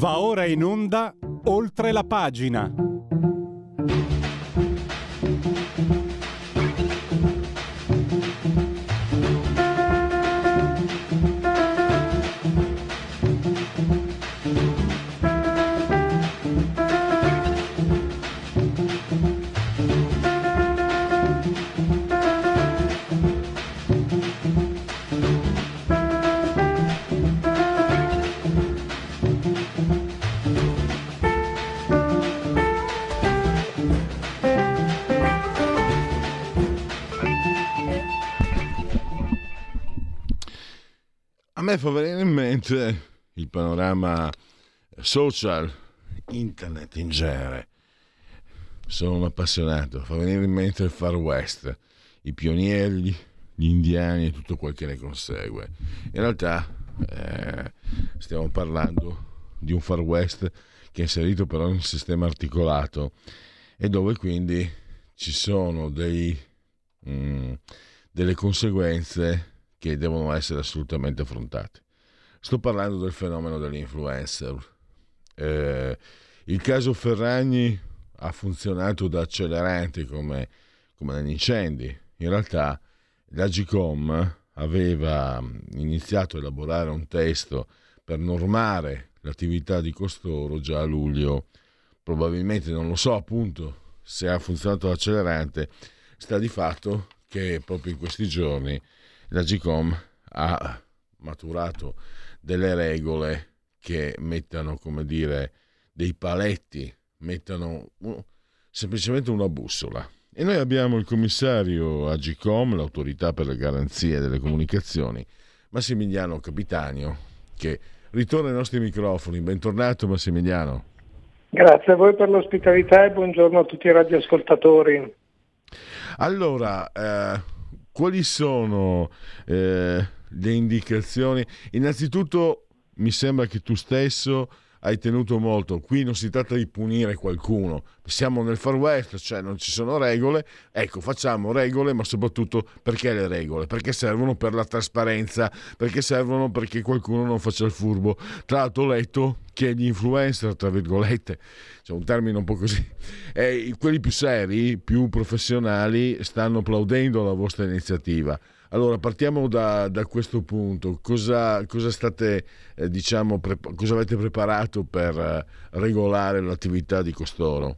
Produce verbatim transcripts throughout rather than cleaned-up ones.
Va ora in onda Oltre la pagina. A me fa venire in mente il panorama social, internet in genere. Sono un appassionato, fa venire in mente il Far West, i pionieri, gli indiani e tutto quel che ne consegue. In realtà eh, stiamo parlando di un Far West che è inserito però in un sistema articolato e dove quindi ci sono dei, mh, delle conseguenze che devono essere assolutamente affrontate. Sto parlando del fenomeno dell'influencer. Eh, il caso Ferragni ha funzionato da accelerante come, come negli incendi. In realtà l'Agcom aveva iniziato a elaborare un testo per normare l'attività di costoro già a luglio. Probabilmente, non lo so appunto se ha funzionato da accelerante, sta di fatto che proprio in questi giorni l'Agcom ha maturato delle regole che mettano, come dire, dei paletti, mettano uh, semplicemente una bussola. E noi abbiamo il commissario Agcom, l'autorità per le garanzie delle comunicazioni, Massimiliano Capitanio, che ritorna ai nostri microfoni. Bentornato Massimiliano. Grazie a voi per l'ospitalità e buongiorno a tutti i radioascoltatori. Allora, eh, quali sono eh, le indicazioni? Innanzitutto mi sembra che tu stesso hai tenuto molto, qui non si tratta di punire qualcuno, siamo nel Far West, cioè non ci sono regole, ecco, facciamo regole, ma soprattutto perché le regole? Perché servono per la trasparenza, perché servono perché qualcuno non faccia il furbo. Tra l'altro ho letto che gli influencer, tra virgolette, c'è un termine un po' così, eh, quelli più seri, più professionali, stanno applaudendo la vostra iniziativa. Allora partiamo da, da questo punto. Cosa, cosa state eh, diciamo pre- cosa avete preparato per eh, regolare l'attività di costoro?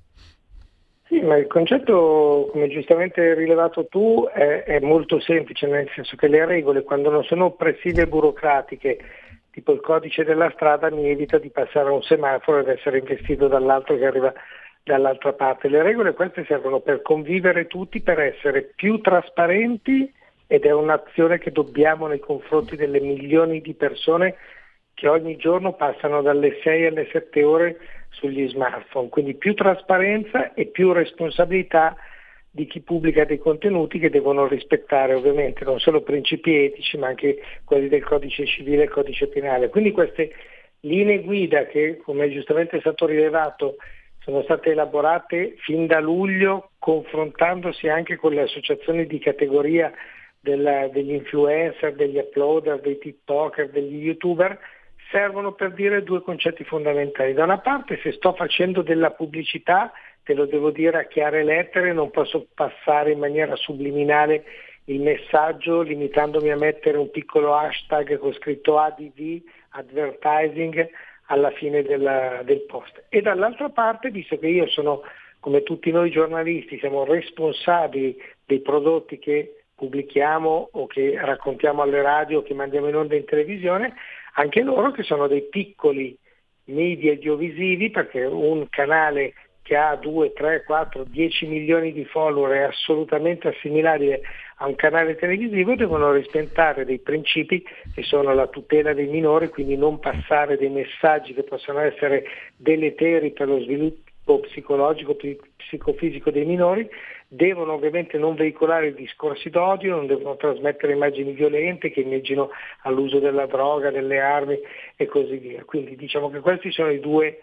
Sì, ma il concetto, come giustamente hai rilevato tu, è, è molto semplice, nel senso che le regole, quando non sono oppressive e burocratiche, tipo il codice della strada, mi evita di passare a un semaforo ed essere investito dall'altro che arriva dall'altra parte. Le regole queste servono per convivere tutti, per essere più trasparenti, ed è un'azione che dobbiamo nei confronti delle milioni di persone che ogni giorno passano dalle sei alle sette ore sugli smartphone. Quindi più trasparenza e più responsabilità di chi pubblica dei contenuti, che devono rispettare ovviamente non solo principi etici ma anche quelli del codice civile e il codice penale. Quindi queste linee guida, che come giustamente è stato rilevato sono state elaborate fin da luglio, confrontandosi anche con le associazioni di categoria della, degli influencer, degli uploader, dei tiktoker, degli youtuber, servono per dire due concetti fondamentali. Da una parte, se sto facendo della pubblicità, te lo devo dire a chiare lettere, non posso passare in maniera subliminale il messaggio limitandomi a mettere un piccolo hashtag con scritto A D V, advertising, alla fine della, del post. E dall'altra parte, visto che io sono, come tutti noi giornalisti, siamo responsabili dei prodotti che pubblichiamo o che raccontiamo alle radio o che mandiamo in onda in televisione, anche loro, che sono dei piccoli media audiovisivi, perché un canale che ha due, tre, quattro, dieci milioni di follower è assolutamente assimilabile a un canale televisivo, devono rispettare dei principi che sono la tutela dei minori, quindi non passare dei messaggi che possono essere deleteri per lo sviluppo psicologico, psicofisico dei minori, devono ovviamente non veicolare discorsi d'odio, non devono trasmettere immagini violente che immagino all'uso della droga, delle armi e così via. Quindi diciamo che questi sono i due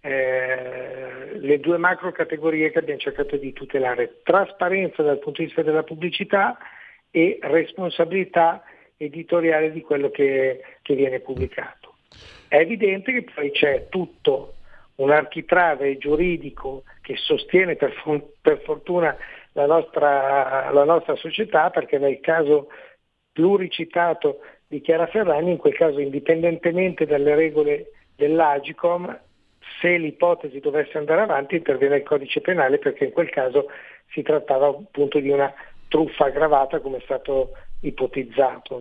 Eh, le due macro categorie che abbiamo cercato di tutelare: trasparenza dal punto di vista della pubblicità e responsabilità editoriale di quello che, che viene pubblicato. È evidente che poi c'è tutto un architrave giuridico che sostiene per, per fortuna la nostra, la nostra società, perché nel caso pluricitato di Chiara Ferragni, in quel caso indipendentemente dalle regole dell'Agicom, se l'ipotesi dovesse andare avanti interviene il codice penale, perché in quel caso si trattava appunto di una truffa aggravata come è stato ipotizzato.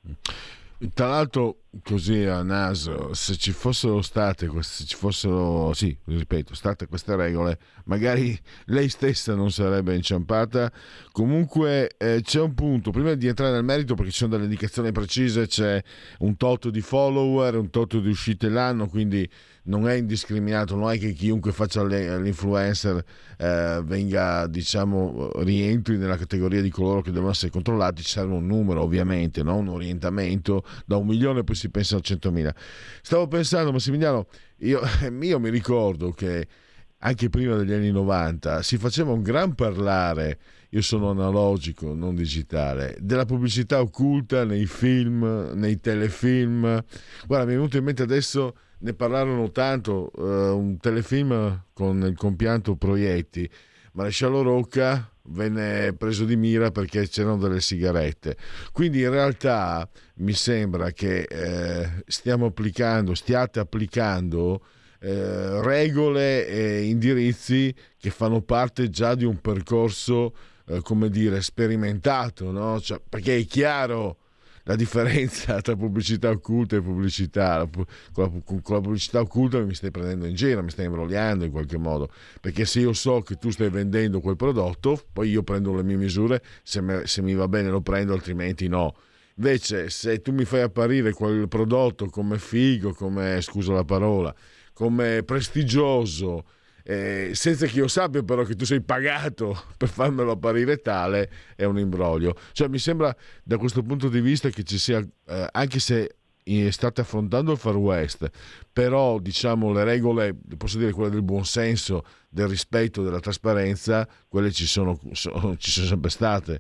Tra l'altro, così a naso, se ci fossero state queste, se ci fossero, sì, ripeto, state queste regole, magari lei stessa non sarebbe inciampata. Comunque eh, c'è un punto, prima di entrare nel merito, perché ci sono delle indicazioni precise, c'è un tot di follower, un tot di uscite l'anno, quindi non è indiscriminato, non è che chiunque faccia l'influencer eh, venga, diciamo, rientri nella categoria di coloro che devono essere controllati. Ci serve un numero, ovviamente, no? Un orientamento, da un milione poi si pensa a centomila. Stavo pensando, Massimiliano, io, io mi ricordo che anche prima degli anni novanta si faceva un gran parlare, io sono analogico, non digitale, della pubblicità occulta nei film, nei telefilm. Guarda, mi è venuto in mente adesso, ne parlarono tanto, uh, un telefilm con il compianto Proietti, Maresciallo Rocca venne preso di mira perché c'erano delle sigarette. Quindi in realtà mi sembra che eh, stiamo applicando, stiate applicando eh, regole e indirizzi che fanno parte già di un percorso, eh, come dire, sperimentato, no? Cioè, perché è chiaro la differenza tra pubblicità occulta e pubblicità. Con la, con la pubblicità occulta mi stai prendendo in giro, mi stai imbrogliando in qualche modo, perché se io so che tu stai vendendo quel prodotto, poi io prendo le mie misure, se, me, se mi va bene lo prendo, altrimenti no. Invece se tu mi fai apparire quel prodotto come figo, come, scusa la parola, come prestigioso, Eh, senza che io sappia però che tu sei pagato per farmelo apparire tale, è un imbroglio. Cioè mi sembra da questo punto di vista che ci sia, eh, anche se state affrontando il Far West, però diciamo le regole, posso dire quelle del buonsenso, del rispetto, della trasparenza, quelle ci sono, sono, ci sono sempre state.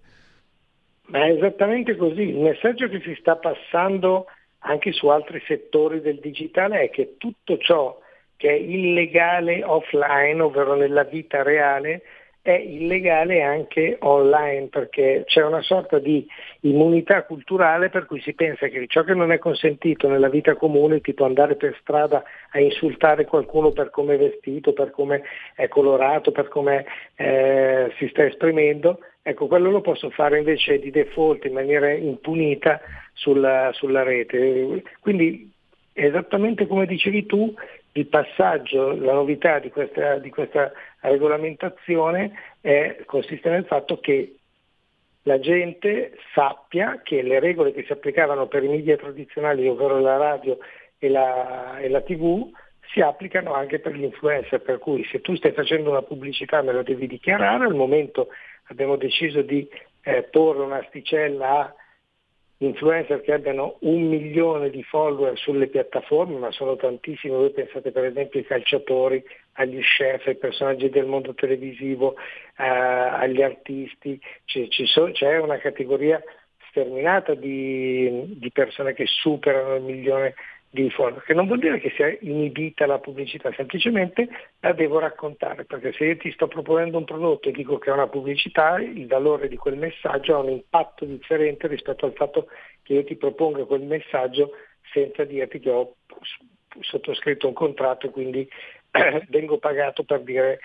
Ma è esattamente così. Il messaggio che si sta passando anche su altri settori del digitale è che tutto ciò che è illegale offline, ovvero nella vita reale, è illegale anche online, perché c'è una sorta di immunità culturale per cui si pensa che ciò che non è consentito nella vita comune, tipo andare per strada a insultare qualcuno per come è vestito, per come è colorato, per come eh, si sta esprimendo, ecco, quello lo posso fare invece di default in maniera impunita sulla, sulla rete. Quindi esattamente come dicevi tu, il passaggio, la novità di questa, di questa regolamentazione è, consiste nel fatto che la gente sappia che le regole che si applicavano per i media tradizionali, ovvero la radio e la, e la tivù, si applicano anche per gli influencer, per cui se tu stai facendo una pubblicità me lo devi dichiarare. Al momento abbiamo deciso di eh, porre un'asticella a influencer che abbiano un milione di follower sulle piattaforme, ma sono tantissimi. Voi pensate per esempio ai calciatori, agli chef, ai personaggi del mondo televisivo, eh, agli artisti. Ci, ci so, c'è una categoria sterminata di, di persone che superano il milione di follower, che non vuol dire che sia inibita la pubblicità, semplicemente la devo raccontare, perché se io ti sto proponendo un prodotto e dico che è una pubblicità, il valore di quel messaggio ha un impatto differente rispetto al fatto che io ti proponga quel messaggio senza dirti che ho sottoscritto un contratto e quindi eh, vengo pagato per dire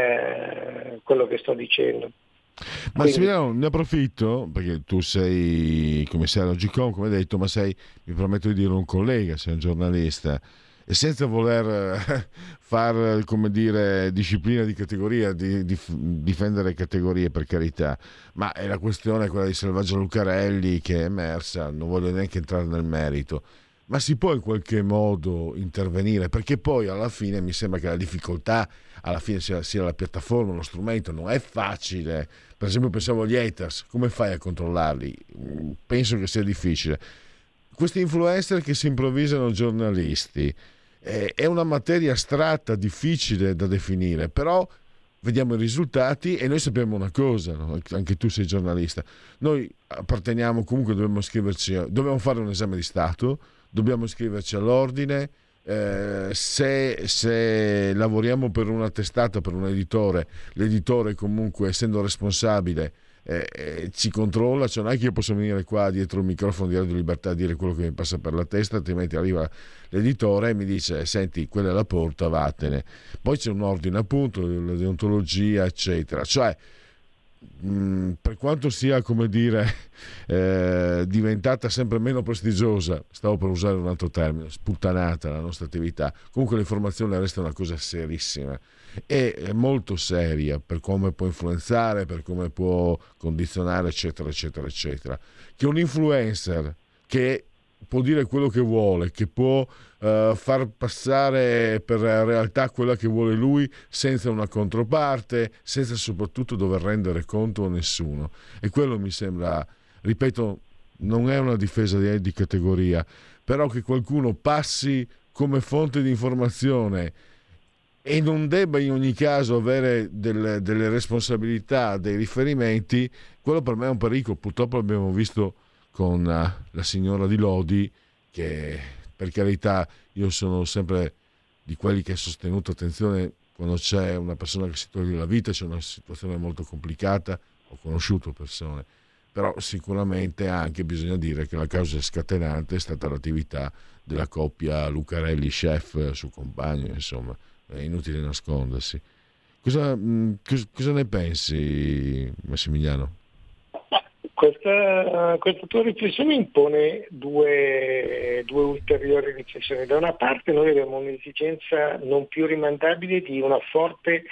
eh, quello che sto dicendo. Massimiliano, quindi ne approfitto perché tu sei commissario Agicom, come hai detto, ma sei, mi permetto di dire, un collega, sei un giornalista, e senza voler far, come dire, disciplina di categoria, di, di difendere categorie, per carità, ma è la questione quella di Selvaggio Lucarelli che è emersa, non voglio neanche entrare nel merito, ma si può in qualche modo intervenire, perché poi alla fine mi sembra che la difficoltà alla fine sia, sia la piattaforma, lo strumento, non è facile. Per esempio pensavo agli haters, come fai a controllarli? Penso che sia difficile. Questi influencer che si improvvisano giornalisti, eh, è una materia astratta, difficile da definire, però vediamo i risultati e noi sappiamo una cosa, no? Anche tu sei giornalista, noi apparteniamo, comunque dobbiamo iscriverci, dobbiamo fare un esame di Stato, dobbiamo iscriverci all'ordine. Eh, se, se lavoriamo per una testata, per un editore, l'editore comunque, essendo responsabile, eh, eh, ci controlla, cioè non è che io posso venire qua dietro il microfono di Radio Libertà a dire quello che mi passa per la testa, altrimenti arriva l'editore e mi dice senti, quella è la porta, vattene. Poi c'è un ordine, appunto, la deontologia, eccetera. Cioè mh, per quanto sia, come dire, eh, diventata sempre meno prestigiosa, stavo per usare un altro termine, sputtanata la nostra attività, comunque l'informazione resta una cosa serissima e molto seria per come può influenzare, per come può condizionare, eccetera eccetera eccetera. Che un influencer che può dire quello che vuole, che può uh, far passare per realtà quella che vuole lui senza una controparte, senza soprattutto dover rendere conto a nessuno, e quello mi sembra, ripeto, non è una difesa di, di categoria, però che qualcuno passi come fonte di informazione e non debba in ogni caso avere delle, delle responsabilità, dei riferimenti, quello per me è un pericolo. Purtroppo l'abbiamo visto con uh, la signora Di Lodi, che per carità io sono sempre di quelli che ha sostenuto, attenzione, quando c'è una persona che si toglie la vita, c'è una situazione molto complicata, ho conosciuto persone, però sicuramente anche bisogna dire che la causa scatenante è stata l'attività della coppia Lucarelli-Chef, suo compagno, insomma. È inutile nascondersi. Cosa, mh, cosa, cosa ne pensi, Massimiliano? Questa, questa tua riflessione impone due, due ulteriori riflessioni. Da una parte noi abbiamo un'esigenza non più rimandabile di una forte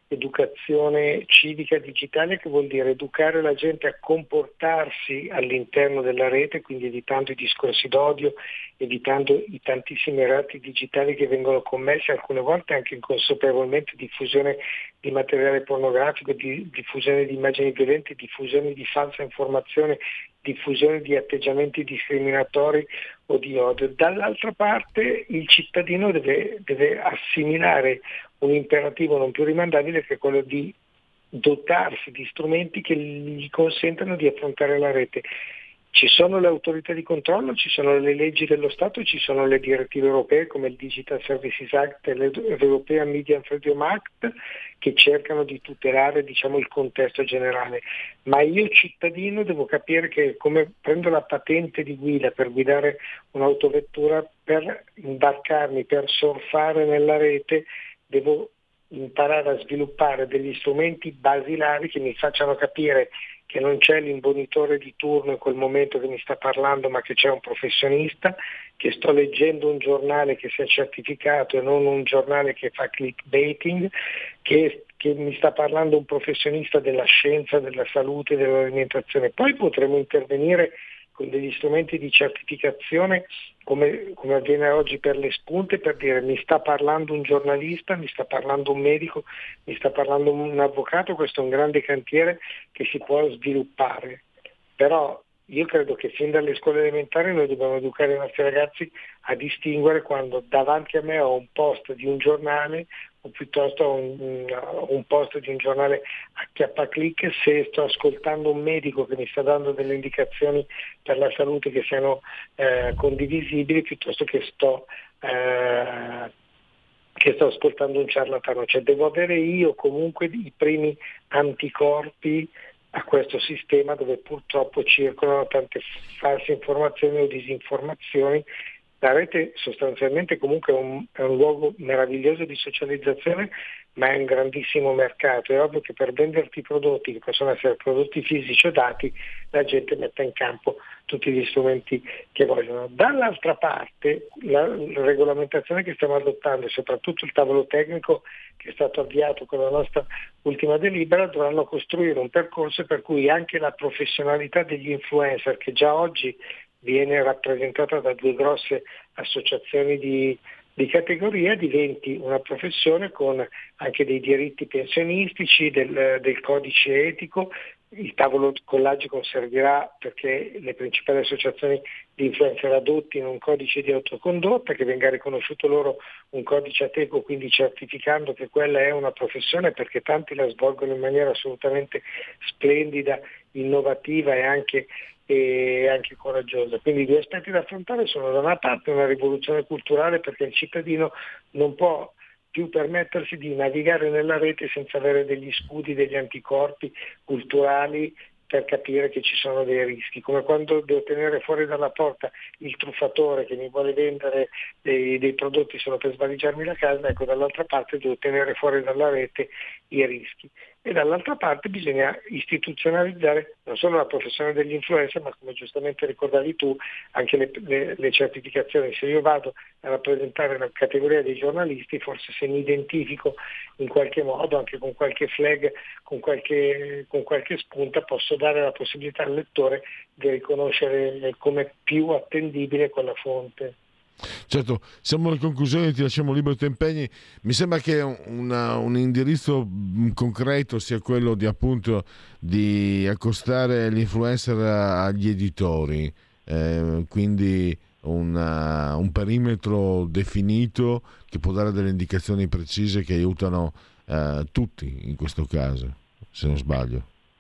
educazione civica digitale, che vuol dire educare la gente a comportarsi all'interno della rete, quindi evitando i discorsi d'odio, evitando i tantissimi reati digitali che vengono commessi, alcune volte anche inconsapevolmente, diffusione di materiale pornografico, di diffusione di immagini violente, diffusione di falsa informazione, diffusione di atteggiamenti discriminatori o di odio. Dall'altra parte il cittadino deve, deve assimilare un imperativo non più rimandabile, che è quello di dotarsi di strumenti che gli consentano di affrontare la rete. Ci sono le autorità di controllo, ci sono le leggi dello Stato, ci sono le direttive europee come il Digital Services Act e l'European Media and Freedom Act, che cercano di tutelare, diciamo, il contesto generale. Ma io cittadino devo capire che, come prendo la patente di guida per guidare un'autovettura, per imbarcarmi, per surfare nella rete, devo imparare a sviluppare degli strumenti basilari che mi facciano capire che non c'è l'imbonitore di turno in quel momento che mi sta parlando, ma che c'è un professionista, che sto leggendo un giornale che sia certificato e non un giornale che fa clickbaiting, che, che mi sta parlando un professionista della scienza, della salute, dell'alimentazione. Poi potremo intervenire con degli strumenti di certificazione, come, come avviene oggi per le spunte, per dire mi sta parlando un giornalista, mi sta parlando un medico, mi sta parlando un avvocato. Questo è un grande cantiere che si può sviluppare, però io credo che fin dalle scuole elementari noi dobbiamo educare i nostri ragazzi a distinguere quando davanti a me ho un post di un giornale o piuttosto un, un post di un giornale a chiappaclic, se sto ascoltando un medico che mi sta dando delle indicazioni per la salute che siano eh, condivisibili, piuttosto che sto, eh, che sto ascoltando un ciarlatano. Cioè devo avere io comunque i primi anticorpi a questo sistema, dove purtroppo circolano tante false informazioni o disinformazioni. La rete sostanzialmente comunque è un, è un luogo meraviglioso di socializzazione, ma è un grandissimo mercato. È ovvio che per venderti prodotti, che possono essere prodotti fisici o dati, la gente metta in campo tutti gli strumenti che vogliono. Dall'altra parte la, la regolamentazione che stiamo adottando e soprattutto il tavolo tecnico che è stato avviato con la nostra ultima delibera dovranno costruire un percorso per cui anche la professionalità degli influencer, che già oggi viene rappresentata da due grosse associazioni di, di categoria, diventi una professione con anche dei diritti pensionistici, del, del codice etico. Il tavolo collagico servirà perché le principali associazioni di influencer adottino un codice di autocondotta, che venga riconosciuto loro un codice Ateco, quindi certificando che quella è una professione, perché tanti la svolgono in maniera assolutamente splendida, innovativa e anche e anche coraggiosa. Quindi i due aspetti da affrontare sono da una parte una rivoluzione culturale, perché il cittadino non può più permettersi di navigare nella rete senza avere degli scudi, degli anticorpi culturali per capire che ci sono dei rischi, come quando devo tenere fuori dalla porta il truffatore che mi vuole vendere dei, dei prodotti solo per svaligiarmi la casa, ecco, dall'altra parte devo tenere fuori dalla rete i rischi. E dall'altra parte bisogna istituzionalizzare non solo la professione degli influencer, ma come giustamente ricordavi tu, anche le, le, le certificazioni. Se io vado a rappresentare la categoria dei giornalisti, forse se mi identifico in qualche modo, anche con qualche flag, con qualche, con qualche spunta, posso dare la possibilità al lettore di riconoscere come più attendibile quella fonte. Certo, siamo alle conclusioni, ti lasciamo libero i tuoi impegni. Mi sembra che una, un indirizzo concreto sia quello di appunto di accostare l'influencer agli editori, eh, quindi una, un perimetro definito che può dare delle indicazioni precise che aiutano eh, tutti in questo caso, se non sbaglio.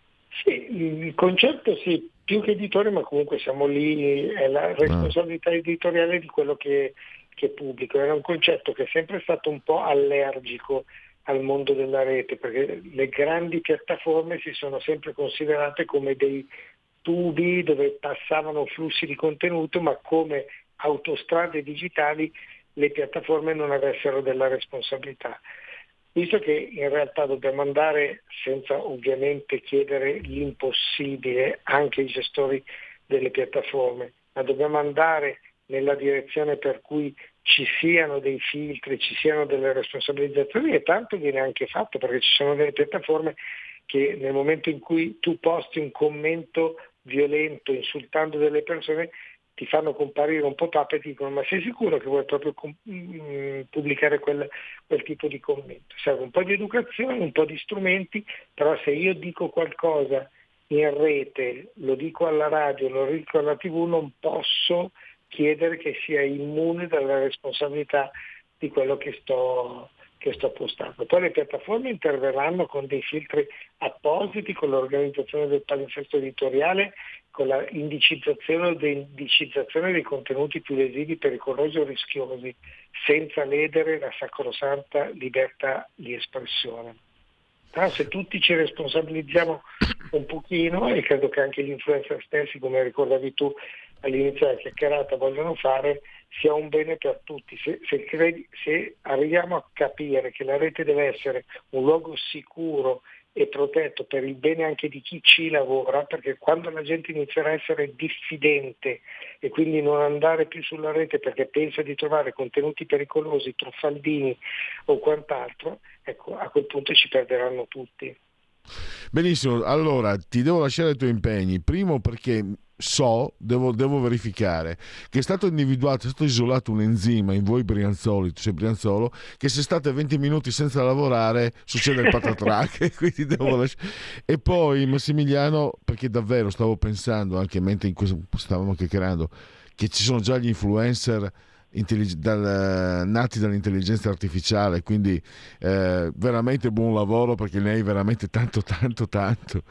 Sì, il concetto sì, più che editore, ma comunque siamo lì, è la responsabilità editoriale di quello che, che pubblico. Era un concetto che è sempre stato un po' allergico al mondo della rete, perché le grandi piattaforme si sono sempre considerate come dei tubi dove passavano flussi di contenuto, ma come autostrade digitali le piattaforme non avessero della responsabilità. Visto che in realtà dobbiamo andare, senza ovviamente chiedere l'impossibile anche ai gestori delle piattaforme, ma dobbiamo andare nella direzione per cui ci siano dei filtri, ci siano delle responsabilizzazioni, e tanto viene anche fatto, perché ci sono delle piattaforme che nel momento in cui tu posti un commento violento insultando delle persone ti fanno comparire un pop-up e ti dicono: ma sei sicuro che vuoi proprio com- pubblicare quel, quel tipo di commento? Serve un po' di educazione, un po' di strumenti, però se io dico qualcosa in rete, lo dico alla radio, lo dico alla tivù, non posso chiedere che sia immune dalla responsabilità di quello che sto, che sto postando. Poi le piattaforme interverranno con dei filtri appositi, con l'organizzazione del palinsesto editoriale, con la indicizzazione o deindicizzazione dei contenuti più lesivi, pericolosi o rischiosi, senza ledere la sacrosanta libertà di espressione. Però se tutti ci responsabilizziamo un pochino, e credo che anche gli influencer stessi, come ricordavi tu all'inizio della chiacchierata, vogliono fare, sia un bene per tutti. Se, se, credi, se arriviamo a capire che la rete deve essere un luogo sicuro e protetto per il bene anche di chi ci lavora, perché quando la gente inizierà a essere diffidente e quindi non andare più sulla rete perché pensa di trovare contenuti pericolosi, truffaldini o quant'altro, ecco, a quel punto ci perderanno tutti. Benissimo, allora ti devo lasciare i tuoi impegni. Primo perché so, devo, devo verificare che è stato individuato, è stato isolato un enzima in voi Brianzoli, tu sei Brianzolo, che se state venti minuti senza lavorare succede il patatrac. Quindi devo lasciare. E poi Massimiliano, perché davvero stavo pensando, anche mentre in questo stavamo chiacchierando, che ci sono già gli influencer Intellig- dal, nati dall'intelligenza artificiale, quindi eh, veramente buon lavoro, perché ne hai veramente tanto tanto tanto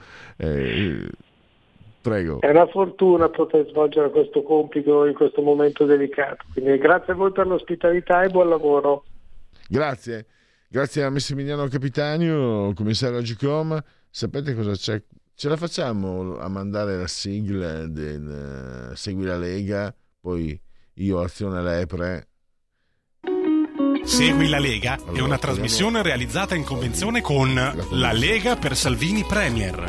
eh, prego. È una fortuna poter svolgere questo compito in questo momento delicato, quindi grazie a voi per l'ospitalità e buon lavoro. Grazie, grazie a Massimiliano Capitanio, commissario Agicom. Sapete cosa c'è? Ce la facciamo a mandare la sigla del uh, Segui la Lega, poi io Azione Lepre. Segui la Lega allora, è una trasmissione speriamo... realizzata in convenzione con la Lega per Salvini Premier.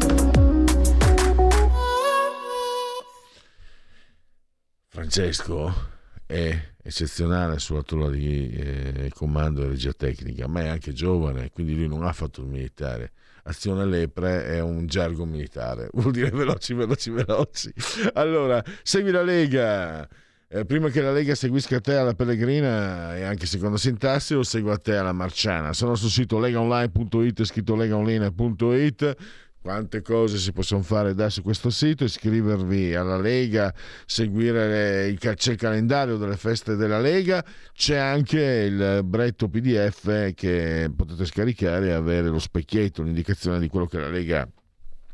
Francesco è eccezionale sulla tolla di eh, comando e regia tecnica, ma è anche giovane, quindi lui non ha fatto il militare. Azione Lepre è un gergo militare, vuol dire veloci, veloci, veloci. Allora, segui la Lega. Eh, prima che la Lega seguisca te alla Pellegrina e anche secondo sintassi, o segua te alla Marciana. Sono sul sito legaonline punto it, scritto legaonline punto it. Quante cose si possono fare da su questo sito: iscrivervi alla Lega, seguire il, c'è il calendario delle feste della Lega, c'è anche il bretto P D F che potete scaricare e avere lo specchietto, l'indicazione di quello che la Lega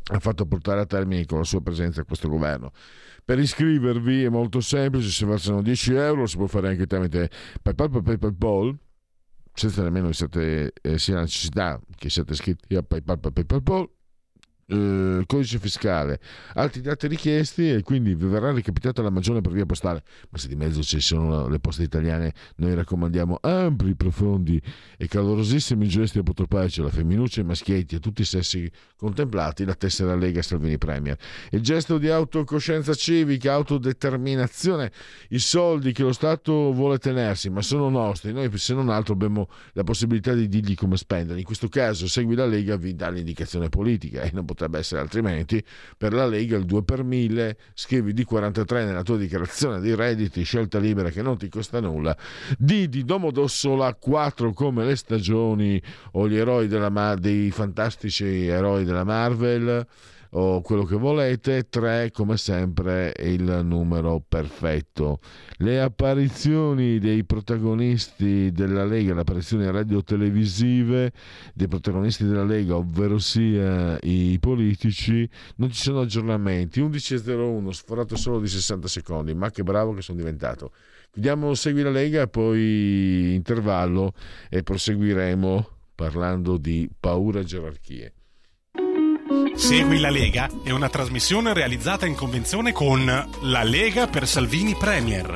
ha fatto portare a termine con la sua presenza questo governo. Per iscrivervi è molto semplice, si versano dieci euro, si può fare anche tramite PayPal o PayPal, senza nemmeno siate, eh, sia la necessità che siate iscritti a PayPal o PayPal. Eh, codice fiscale, altri dati richiesti, e quindi vi verrà recapitata la maggiore per via postale. Ma se di mezzo ci sono le poste italiane, noi raccomandiamo ampli, profondi e calorosissimi gesti apotropaici alla femminuccia e maschietti, a tutti i sessi contemplati, la tessera Lega Salvini Premier. Il gesto di autocoscienza civica, autodeterminazione, i soldi che lo Stato vuole tenersi, ma sono nostri, noi se non altro abbiamo la possibilità di dirgli come spendere. In questo caso Segui la Lega vi dà l'indicazione politica, e non potrebbe essere altrimenti. Per la Lega il due per mille, scrivi D quarantatré nella tua dichiarazione dei redditi, scelta libera che non ti costa nulla, D di Domodossola, quattro come le stagioni o gli eroi della, dei fantastici eroi della Marvel o quello che volete, tre come sempre è il numero perfetto. Le apparizioni dei protagonisti della Lega, le apparizioni radio-televisive dei protagonisti della Lega, ovvero sia i politici, non ci sono aggiornamenti. undici e zero uno, sforato solo di sessanta secondi, ma che bravo che sono diventato. Chiudiamo Segui la Lega, poi intervallo e proseguiremo parlando di paura e gerarchie. Segui la Lega è una trasmissione realizzata in convenzione con La Lega per Salvini Premier.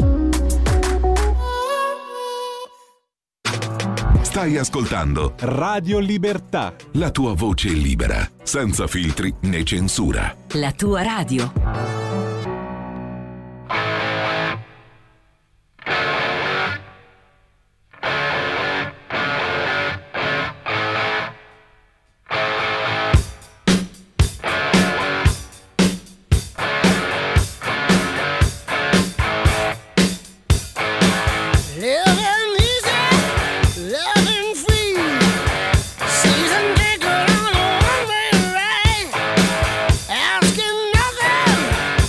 Stai ascoltando Radio Libertà, la tua voce libera, senza filtri né censura. La tua radio. Asking nothing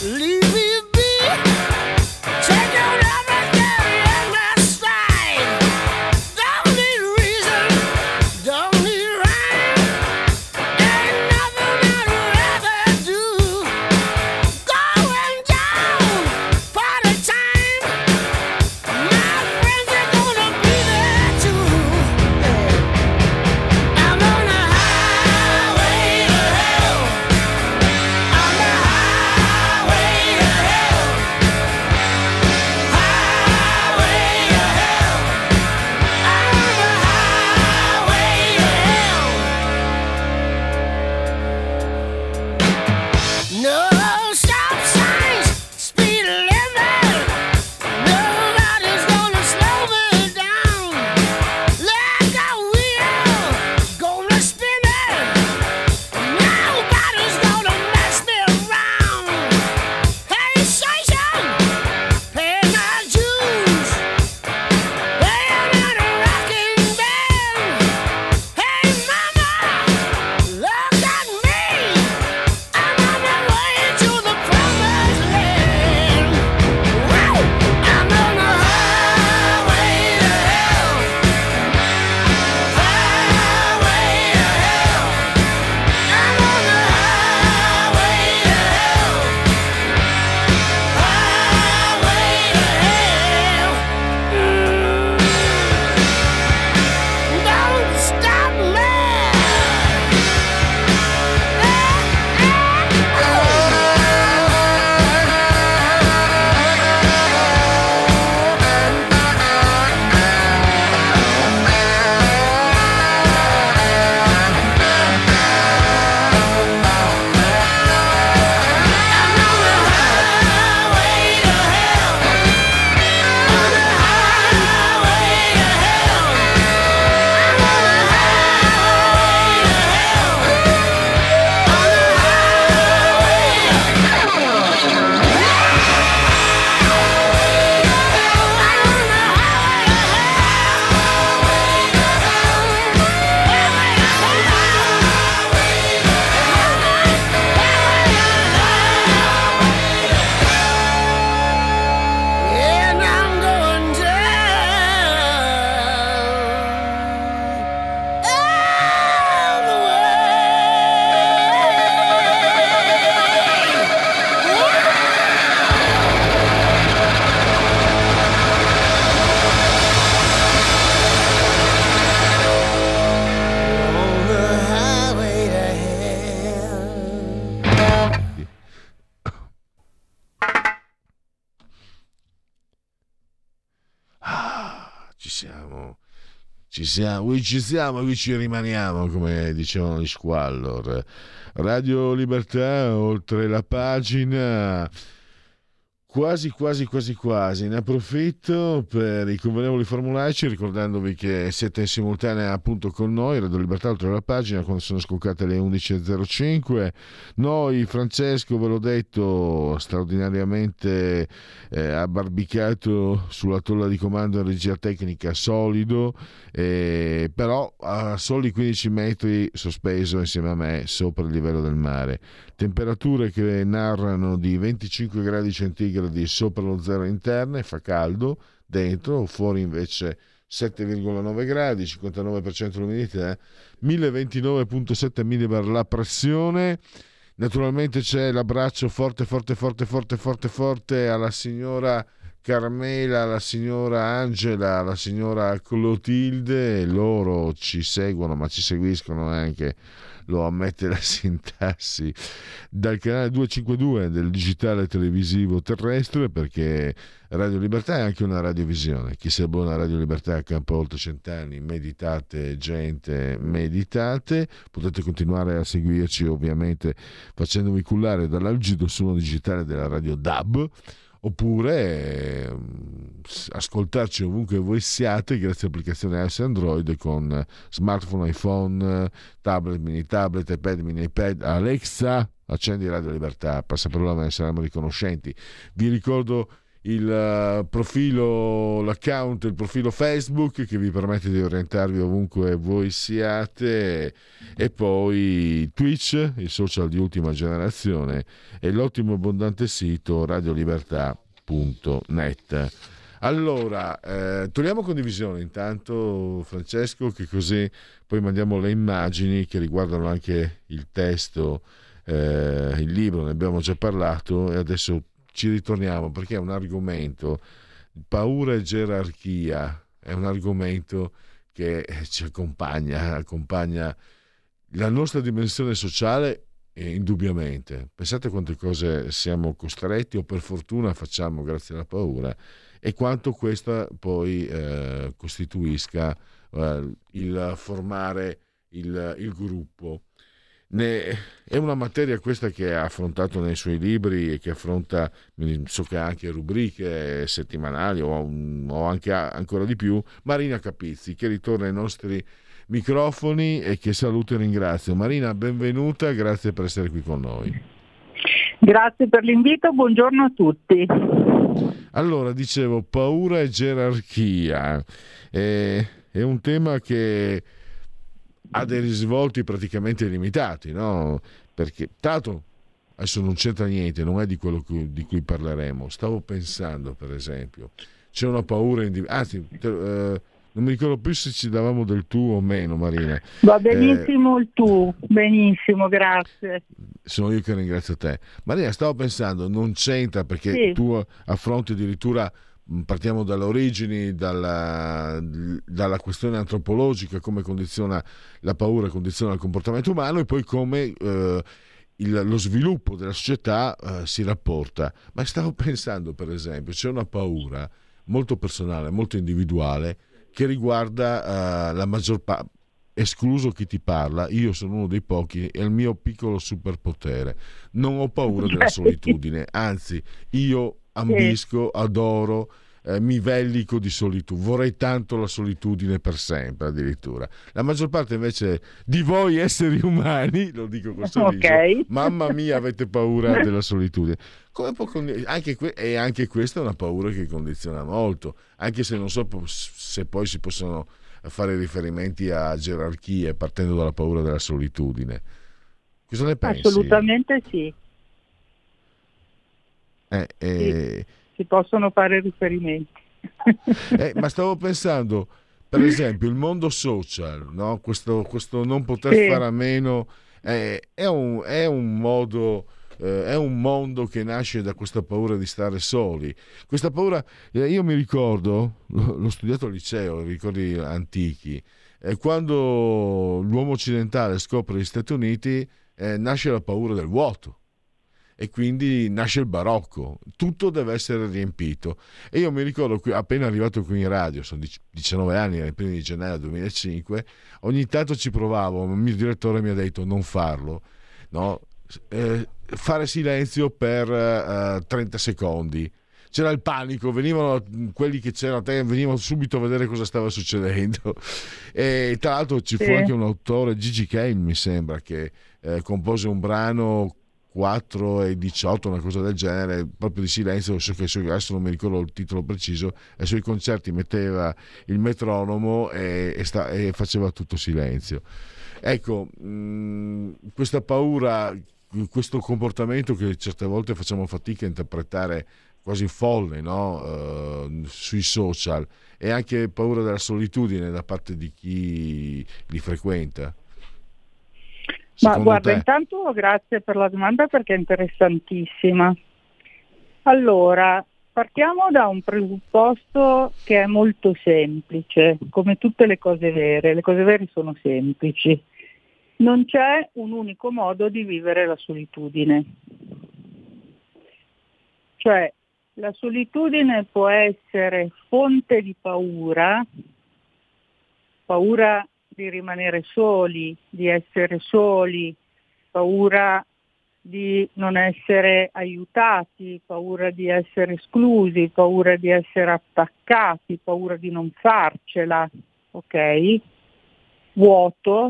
ci siamo, ci siamo, qui ci siamo, qui ci rimaniamo, come dicevano gli Squallor. Radio Libertà, oltre la pagina. Quasi, quasi, quasi, quasi. Ne approfitto per i convenevoli formulaici, ricordandovi che siete in simultanea appunto con noi, Radio Libertà oltre la pagina, quando sono scoccate le undici e zero cinque. Noi, Francesco, ve l'ho detto, straordinariamente eh, abbarbicato sulla tolla di comando in regia tecnica, solido, eh, però a soli quindici metri sospeso insieme a me sopra il livello del mare. Temperature che narrano di venticinque gradi centigradi sopra lo zero interne, fa caldo dentro, fuori invece sette virgola nove gradi, cinquantanove per cento l'umidità, mille ventinove virgola sette millibar la pressione. Naturalmente c'è l'abbraccio forte forte forte forte forte forte alla signora Carmela, alla signora Angela, alla signora Clotilde. Loro ci seguono, ma ci seguiscono anche, lo ammette la sintassi, dal canale duecentocinquantadue del digitale televisivo terrestre, perché Radio Libertà è anche una radiovisione. Chi si abbona a Radio Libertà campa oltre cent'anni. Meditate, gente, meditate. Potete continuare a seguirci ovviamente facendovi cullare dall'algido suono digitale della radio D A B, oppure eh, ascoltarci ovunque voi siate grazie all'applicazione iOS e Android con smartphone, iPhone, tablet, mini tablet, iPad, mini iPad. Alexa, accendi Radio Libertà, passaparola, ne saremo riconoscenti. Vi ricordo il uh, profilo, l'account, il profilo Facebook che vi permette di orientarvi ovunque voi siate, e poi Twitch, il social di ultima generazione, e l'ottimo e abbondante sito radiolibertà punto net. Allora, eh, togliamo condivisione intanto, Francesco, che così poi mandiamo le immagini che riguardano anche il testo, eh, il libro, ne abbiamo già parlato, e adesso ci ritorniamo perché è un argomento, paura e gerarchia, è un argomento che ci accompagna, accompagna la nostra dimensione sociale, eh, indubbiamente. Pensate quante cose siamo costretti o per fortuna facciamo grazie alla paura, e quanto questa poi eh, costituisca eh, il formare il, il gruppo. Ne, è una materia questa che ha affrontato nei suoi libri e che affronta, so che ha anche rubriche settimanali o, o anche ancora di più, Marina Capizzi, che ritorna ai nostri microfoni e che saluto e ringrazio. Marina, benvenuta, grazie per essere qui con noi. Grazie per l'invito, buongiorno a tutti. Allora, dicevo, paura e gerarchia è, è un tema che ha dei risvolti praticamente illimitati, no? Perché tanto adesso non c'entra niente, non è di quello che, di cui parleremo. Stavo pensando, per esempio, c'è una paura indiv- anzi te, eh, non mi ricordo più se ci davamo del tu o meno, Marina. Va benissimo eh, il tu, benissimo, grazie. Sono io che ringrazio te. Marina, stavo pensando, non c'entra perché sì. Tu affronti addirittura, partiamo dalle origini, dalla, dalla questione antropologica, come condiziona la paura, condiziona il comportamento umano, e poi come eh, il, lo sviluppo della società eh, si rapporta. Ma stavo pensando, per esempio, c'è una paura molto personale, molto individuale, che riguarda uh, la maggior parte, escluso chi ti parla, io sono uno dei pochi, è il mio piccolo superpotere, non ho paura della solitudine, anzi io ambisco, adoro, eh, mi vellico di solitudine, vorrei tanto la solitudine per sempre addirittura. La maggior parte invece di voi esseri umani, lo dico con sorriso, okay. Mamma mia, avete paura della solitudine. Come può, anche que- e anche questa è una paura che condiziona molto, anche se non so se poi si possono fare riferimenti a gerarchie partendo dalla paura della solitudine. Cosa ne pensi? Assolutamente sì. Eh, eh, sì, si possono fare riferimenti. eh, ma stavo pensando, per esempio, il mondo social, no? Questo, questo non poter sì. fare a meno eh, è, un, è un modo, eh, è un mondo che nasce da questa paura di stare soli. Questa paura, eh, io mi ricordo, l'ho studiato al liceo, ricordi antichi, eh, quando l'uomo occidentale scopre gli Stati Uniti, eh, nasce la paura del vuoto. e quindi nasce il barocco, tutto deve essere riempito. E io mi ricordo, qui, appena arrivato qui in radio, sono diciannove anni, ai primi di gennaio duemilacinque, ogni tanto ci provavo, il mio direttore mi ha detto non farlo, no? Eh, fare silenzio per eh, trenta secondi. C'era il panico, venivano quelli che c'erano a te, venivano subito a vedere cosa stava succedendo. E tra l'altro ci fu Sì. anche un autore, Gigi Kane mi sembra, che eh, compose un brano quattro e diciotto, una cosa del genere, proprio di silenzio. So che adesso non mi ricordo il titolo preciso, e sui concerti metteva il metronomo e, e, sta, e faceva tutto silenzio. Ecco, mh, questa paura, questo comportamento che certe volte facciamo fatica a interpretare, quasi folle, no? Uh, sui social, e anche paura della solitudine da parte di chi li frequenta. Ma guarda, te? intanto grazie per la domanda perché è interessantissima. Allora, partiamo da un presupposto che è molto semplice, come tutte le cose vere, le cose vere sono semplici. Non c'è un unico modo di vivere la solitudine. Cioè, la solitudine può essere fonte di paura, paura di rimanere soli, di essere soli, paura di non essere aiutati, paura di essere esclusi, paura di essere attaccati, paura di non farcela, ok? Vuoto.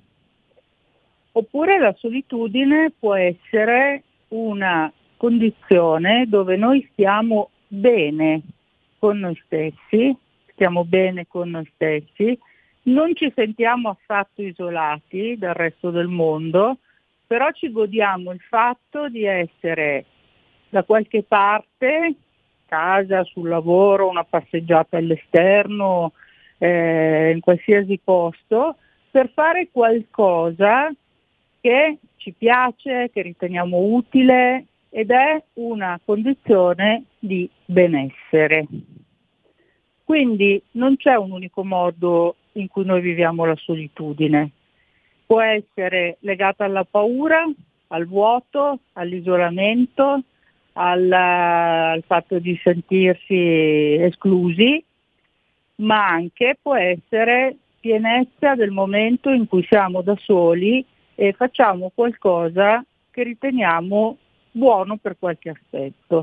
Oppure la solitudine può essere una condizione dove noi stiamo bene con noi stessi, stiamo bene con noi stessi, non ci sentiamo affatto isolati dal resto del mondo, però ci godiamo il fatto di essere da qualche parte, casa, sul lavoro, una passeggiata all'esterno, eh, in qualsiasi posto, per fare qualcosa che ci piace, che riteniamo utile, ed è una condizione di benessere. Quindi non c'è un unico modo in cui noi viviamo la solitudine. Può essere legata alla paura, al vuoto, all'isolamento, al, al fatto di sentirsi esclusi, ma anche può essere pienezza del momento in cui siamo da soli e facciamo qualcosa che riteniamo buono per qualche aspetto.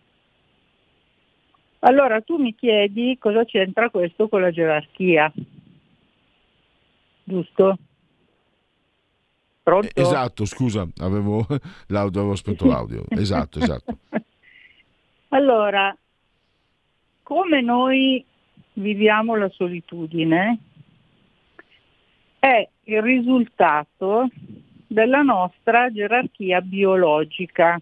Allora tu mi chiedi cosa c'entra questo con la gerarchia, giusto? Pronto? Esatto, scusa, avevo l'audio, avevo spento l'audio. Esatto, esatto. Allora, come noi viviamo la solitudine è il risultato della nostra gerarchia biologica.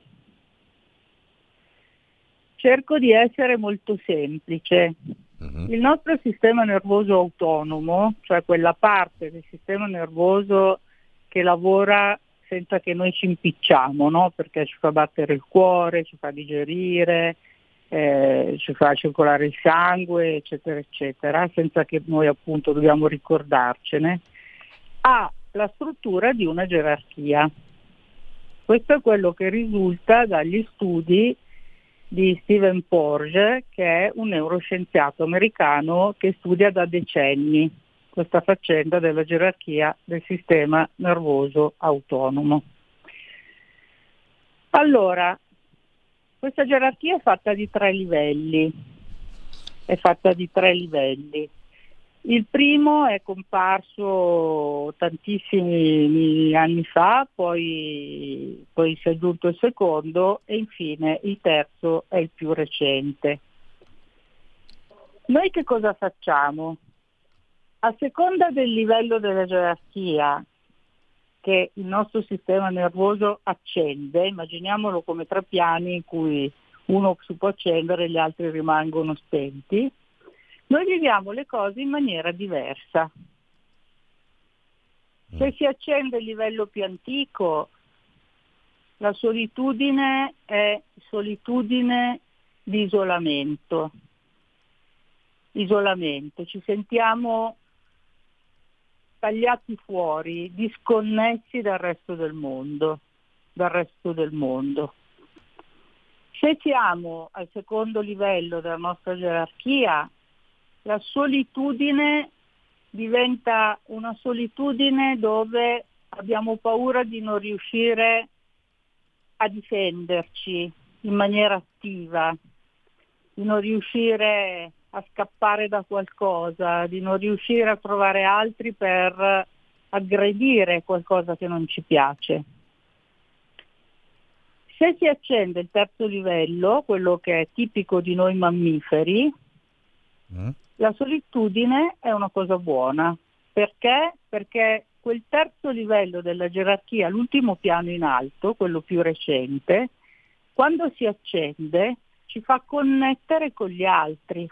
Cerco di essere molto semplice. Uh-huh. Il nostro sistema nervoso autonomo, cioè quella parte del sistema nervoso che lavora senza che noi ci impicciamo, no? Perché ci fa battere il cuore, ci fa digerire, eh, ci fa circolare il sangue, eccetera, eccetera, senza che noi appunto dobbiamo ricordarcene, ha la struttura di una gerarchia. Questo è quello che risulta dagli studi di Stephen Porges, che è un neuroscienziato americano che studia da decenni questa faccenda della gerarchia del sistema nervoso autonomo. Allora, questa gerarchia è fatta di tre livelli, è fatta di tre livelli. Il primo è comparso tantissimi anni fa, poi, poi si è aggiunto il secondo e infine il terzo è il più recente. Noi che cosa facciamo? A seconda del livello della gerarchia che il nostro sistema nervoso accende, immaginiamolo come tre piani in cui uno si può accendere e gli altri rimangono spenti, noi viviamo le cose in maniera diversa. Se si accende il livello più antico, la solitudine è solitudine di isolamento. Isolamento, ci sentiamo tagliati fuori, disconnessi dal resto del mondo, dal resto del mondo. Se siamo al secondo livello della nostra gerarchia, la solitudine diventa una solitudine dove abbiamo paura di non riuscire a difenderci in maniera attiva, di non riuscire a scappare da qualcosa, di non riuscire a trovare altri per aggredire qualcosa che non ci piace. Se si accende il terzo livello, quello che è tipico di noi mammiferi, mm. la solitudine è una cosa buona. Perché? Perché quel terzo livello della gerarchia, l'ultimo piano in alto, quello più recente, quando si accende ci fa connettere con gli altri.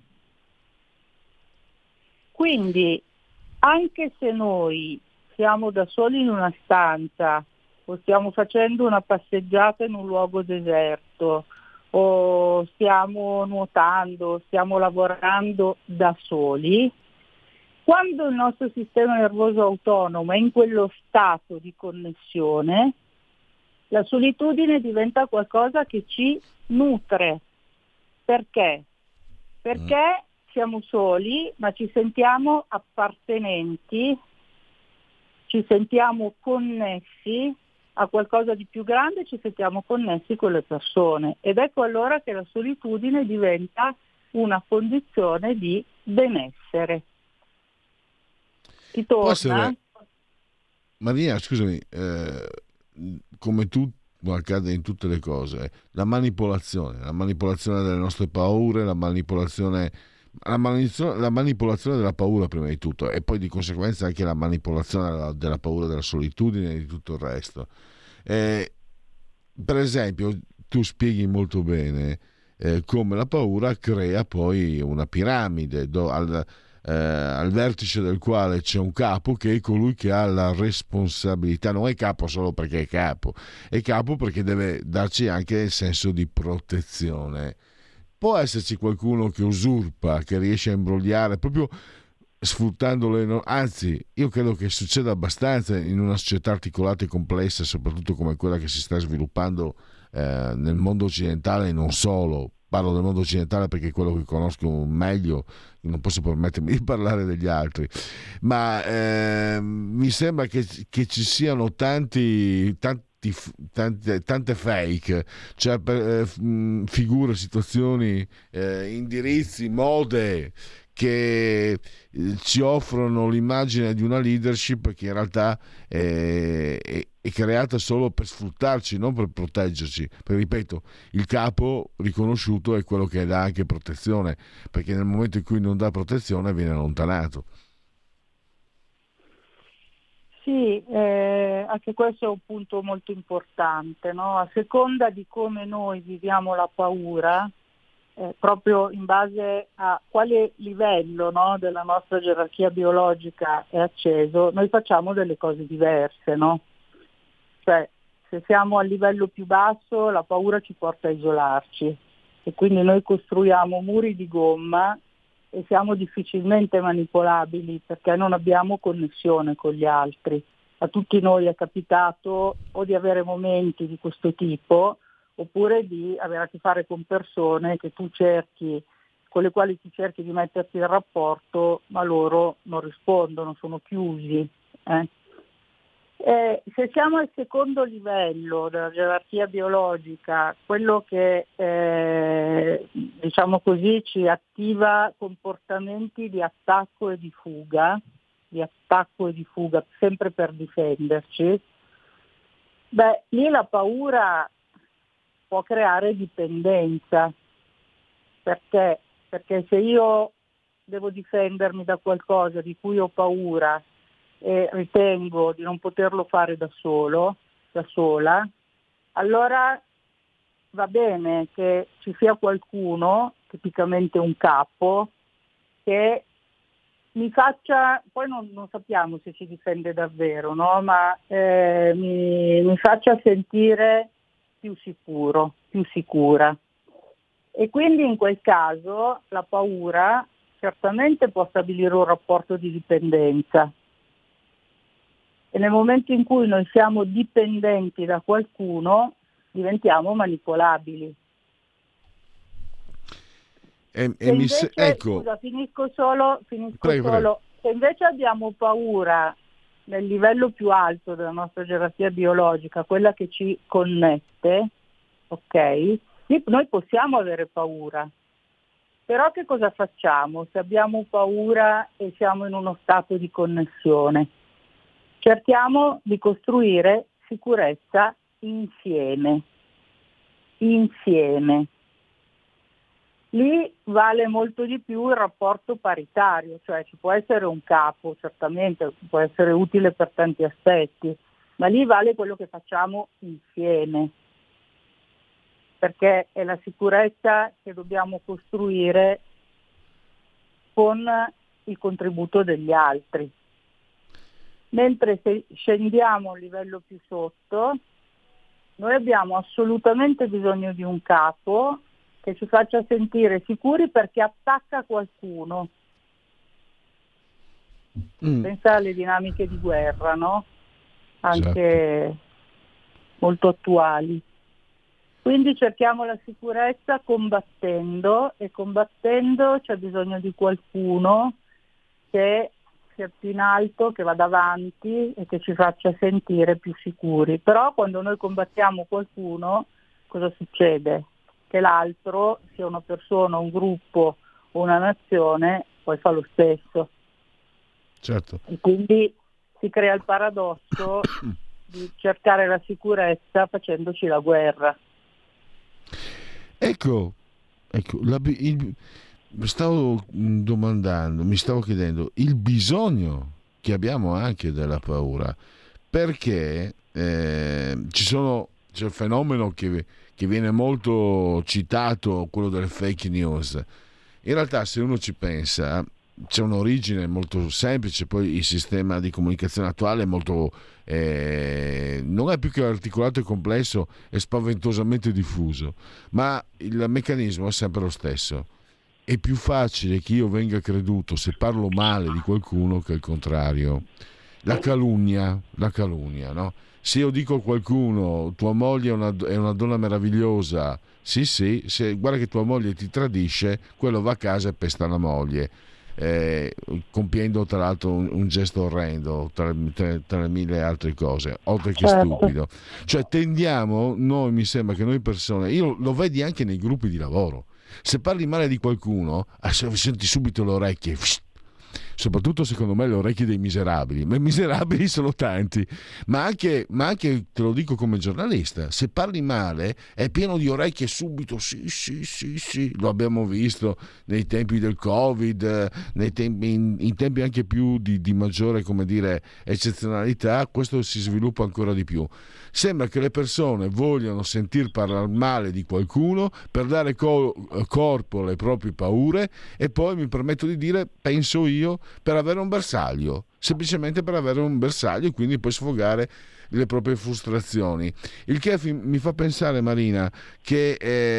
Quindi anche se noi siamo da soli in una stanza o stiamo facendo una passeggiata in un luogo deserto o stiamo nuotando, stiamo lavorando da soli, quando il nostro sistema nervoso autonomo è in quello stato di connessione, la solitudine diventa qualcosa che ci nutre. Perché? Perché siamo soli, ma ci sentiamo appartenenti, ci sentiamo connessi a qualcosa di più grande, ci sentiamo connessi con le persone. Ed ecco allora che la solitudine diventa una condizione di benessere. Ti torna? Essere... Maria, scusami, eh, come tu accade in tutte le cose, la manipolazione, la manipolazione delle nostre paure, la manipolazione La manipolazione, la manipolazione della paura prima di tutto, e poi di conseguenza anche la manipolazione della, della paura della solitudine e di tutto il resto. Eh, per esempio, tu spieghi molto bene eh, come la paura crea poi una piramide do, al, eh, al vertice del quale c'è un capo che è colui che ha la responsabilità. Non è capo solo perché è capo, è capo perché deve darci anche il senso di protezione. Può esserci qualcuno che usurpa, che riesce a imbrogliare proprio sfruttando le... No... Anzi, io credo che succeda abbastanza in una società articolata e complessa, soprattutto come quella che si sta sviluppando eh, nel mondo occidentale e non solo. Parlo del mondo occidentale perché è quello che conosco meglio, non posso permettermi di parlare degli altri, ma eh, mi sembra che, che ci siano tanti... tanti Tante, tante fake, cioè eh, figure, situazioni, eh, indirizzi, mode che eh, ci offrono l'immagine di una leadership che in realtà è, è, è creata solo per sfruttarci, non per proteggerci. Perché, ripeto, il capo riconosciuto è quello che dà anche protezione, perché nel momento in cui non dà protezione viene allontanato. Sì, eh, anche questo è un punto molto importante, no? A seconda di come noi viviamo la paura, eh, proprio in base a quale livello, no, della nostra gerarchia biologica è acceso, noi facciamo delle cose diverse, no? Cioè, se siamo al livello più basso, la paura ci porta a isolarci e quindi noi costruiamo muri di gomma e siamo difficilmente manipolabili perché non abbiamo connessione con gli altri. A tutti noi è capitato o di avere momenti di questo tipo oppure di avere a che fare con persone che tu cerchi, con le quali tu cerchi di metterti in rapporto, ma loro non rispondono, sono chiusi. Eh. Eh, se siamo al secondo livello della gerarchia biologica, quello che eh, diciamo così ci attiva comportamenti di attacco e di fuga, di attacco e di fuga sempre per difenderci, beh, lì la paura può creare dipendenza. Perché? Perché se io devo difendermi da qualcosa di cui ho paura e ritengo di non poterlo fare da solo, da sola, allora va bene che ci sia qualcuno, tipicamente un capo, che mi faccia, poi non, non sappiamo se ci difende davvero, no? Ma eh, mi, mi faccia sentire più sicuro, più sicura. E quindi in quel caso la paura certamente può stabilire un rapporto di dipendenza. E nel momento in cui noi siamo dipendenti da qualcuno, diventiamo manipolabili. e, Se e mi invece, se- ecco, scusa, finisco solo, finisco prego, prego. solo. Se invece abbiamo paura nel livello più alto della nostra gerarchia biologica, quella che ci connette, ok? Sì, noi possiamo avere paura, però che cosa facciamo se abbiamo paura e siamo in uno stato di connessione? Cerchiamo di costruire sicurezza insieme, insieme. Lì vale molto di più il rapporto paritario, cioè ci può essere un capo, certamente può essere utile per tanti aspetti, ma lì vale quello che facciamo insieme, perché è la sicurezza che dobbiamo costruire con il contributo degli altri. Mentre se scendiamo a un livello più sotto, noi abbiamo assolutamente bisogno di un capo che ci faccia sentire sicuri perché attacca qualcuno. Mm. Pensa alle dinamiche di guerra, no? Anche esatto. Molto attuali. Quindi cerchiamo la sicurezza combattendo, e combattendo c'è bisogno di qualcuno che sia più in alto, che vada avanti e che ci faccia sentire più sicuri. Però quando noi combattiamo qualcuno, cosa succede? Che l'altro, sia una persona, un gruppo o una nazione, poi fa lo stesso. Certo. E quindi si crea il paradosso di cercare la sicurezza facendoci la guerra. Ecco, ecco la, il, stavo domandando, mi stavo chiedendo il bisogno che abbiamo anche della paura, perché eh, ci sono, c'è il fenomeno che che viene molto citato, quello delle fake news. In realtà, se uno ci pensa, c'è un'origine molto semplice, poi il sistema di comunicazione attuale è molto eh, non è più che articolato e complesso e spaventosamente diffuso, ma il meccanismo è sempre lo stesso. È più facile che io venga creduto se parlo male di qualcuno che il contrario. La calunnia, la calunnia, no? Se io dico a qualcuno tua moglie è una, è una donna meravigliosa, sì sì, se guarda che tua moglie ti tradisce, quello va a casa e pesta la moglie, eh, compiendo tra l'altro un, un gesto orrendo tra, tra, tra le mille altre cose, oltre che certo. stupido. Cioè tendiamo, noi mi sembra che noi persone, io lo vedi anche nei gruppi di lavoro, se parli male di qualcuno, senti subito le orecchie, soprattutto secondo me le orecchie dei miserabili, ma i miserabili sono tanti, ma anche, ma anche te lo dico come giornalista, se parli male è pieno di orecchie subito, sì sì sì sì, lo abbiamo visto nei tempi del Covid, nei tempi, in, in tempi anche più di, di maggiore, come dire, eccezionalità, questo si sviluppa ancora di più. Sembra che le persone vogliano sentir parlare male di qualcuno per dare co- corpo alle proprie paure, e poi mi permetto di dire, penso io, per avere un bersaglio, semplicemente per avere un bersaglio e quindi poi sfogare le proprie frustrazioni. Il che fi- mi fa pensare, Marina, che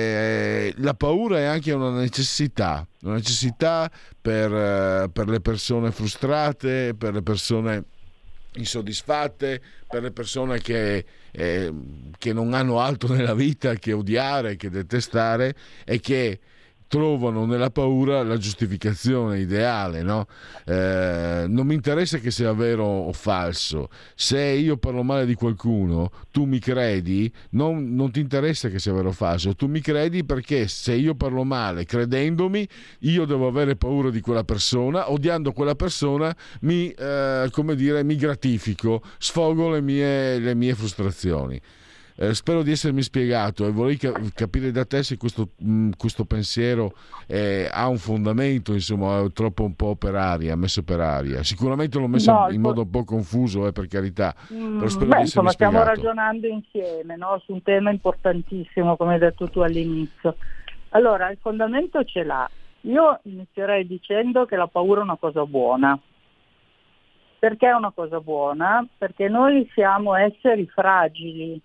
eh, la paura è anche una necessità, una necessità per, eh, per le persone frustrate, per le persone insoddisfatte, per le persone che, eh, che non hanno altro nella vita che odiare, che detestare, e che trovano nella paura la giustificazione ideale, no? Eh, non mi interessa che sia vero o falso. Se io parlo male di qualcuno, tu mi credi, non, non ti interessa che sia vero o falso, tu mi credi perché se io parlo male credendomi, io devo avere paura di quella persona, odiando quella persona mi, eh, come dire, mi gratifico, sfogo le mie, le mie frustrazioni. Eh, spero di essermi spiegato, e vorrei ca- capire da te se questo, mh, questo pensiero eh, ha un fondamento, insomma, è troppo un po' per aria, messo per aria. Sicuramente l'ho messo no, in po- modo un po' confuso, eh, per carità, mm, però spero beh, di essermi insomma, spiegato. stiamo ragionando insieme, no? Su un tema importantissimo, come hai detto tu all'inizio. Allora, il fondamento ce l'ha. Io inizierei dicendo che la paura è una cosa buona. Perché è una cosa buona? Perché noi siamo esseri fragili.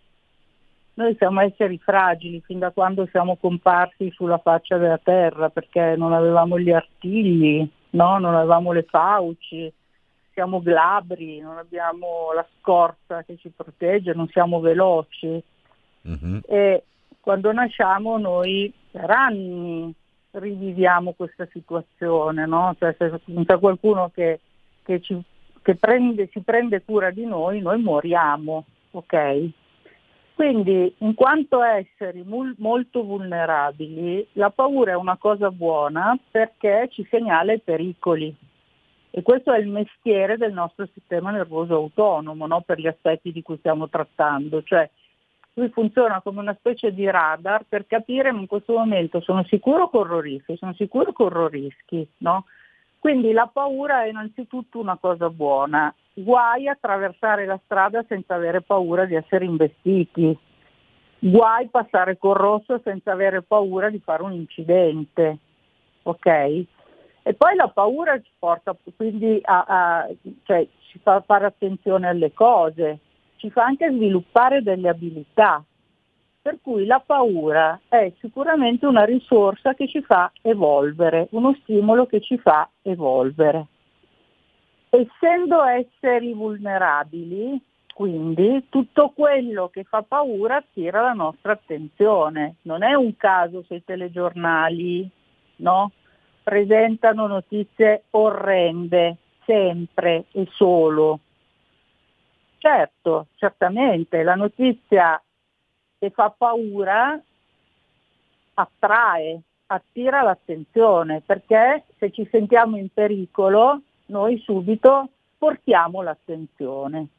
Noi siamo esseri fragili fin da quando siamo comparsi sulla faccia della terra, perché non avevamo gli artigli, no? Non avevamo le fauci, siamo glabri, non abbiamo la scorza che ci protegge, non siamo veloci. Mm-hmm. E quando nasciamo noi per anni riviviamo questa situazione, no? Cioè, se c'è qualcuno che, che, ci, che prende, si prende cura di noi, noi moriamo, ok? Quindi, in quanto esseri mul- molto vulnerabili, la paura è una cosa buona perché ci segnala i pericoli. E questo è il mestiere del nostro sistema nervoso autonomo, no? Per gli aspetti di cui stiamo trattando. Cioè, lui funziona come una specie di radar per capire in questo momento sono sicuro che corro rischi, sono sicuro che corro rischi, no? Quindi la paura è innanzitutto una cosa buona. Guai a attraversare la strada senza avere paura di essere investiti. Guai passare col rosso senza avere paura di fare un incidente. Ok? E poi la paura ci porta quindi a, a cioè ci fa fare attenzione alle cose, ci fa anche sviluppare delle abilità. Per cui la paura è sicuramente una risorsa che ci fa evolvere, uno stimolo che ci fa evolvere. Essendo esseri vulnerabili, quindi, tutto quello che fa paura attira la nostra attenzione. Non è un caso se i telegiornali, no, presentano notizie orrende, sempre e solo. Certo, certamente, la notizia che fa paura attrae, attira l'attenzione, perché se ci sentiamo in pericolo noi subito portiamo l'attenzione.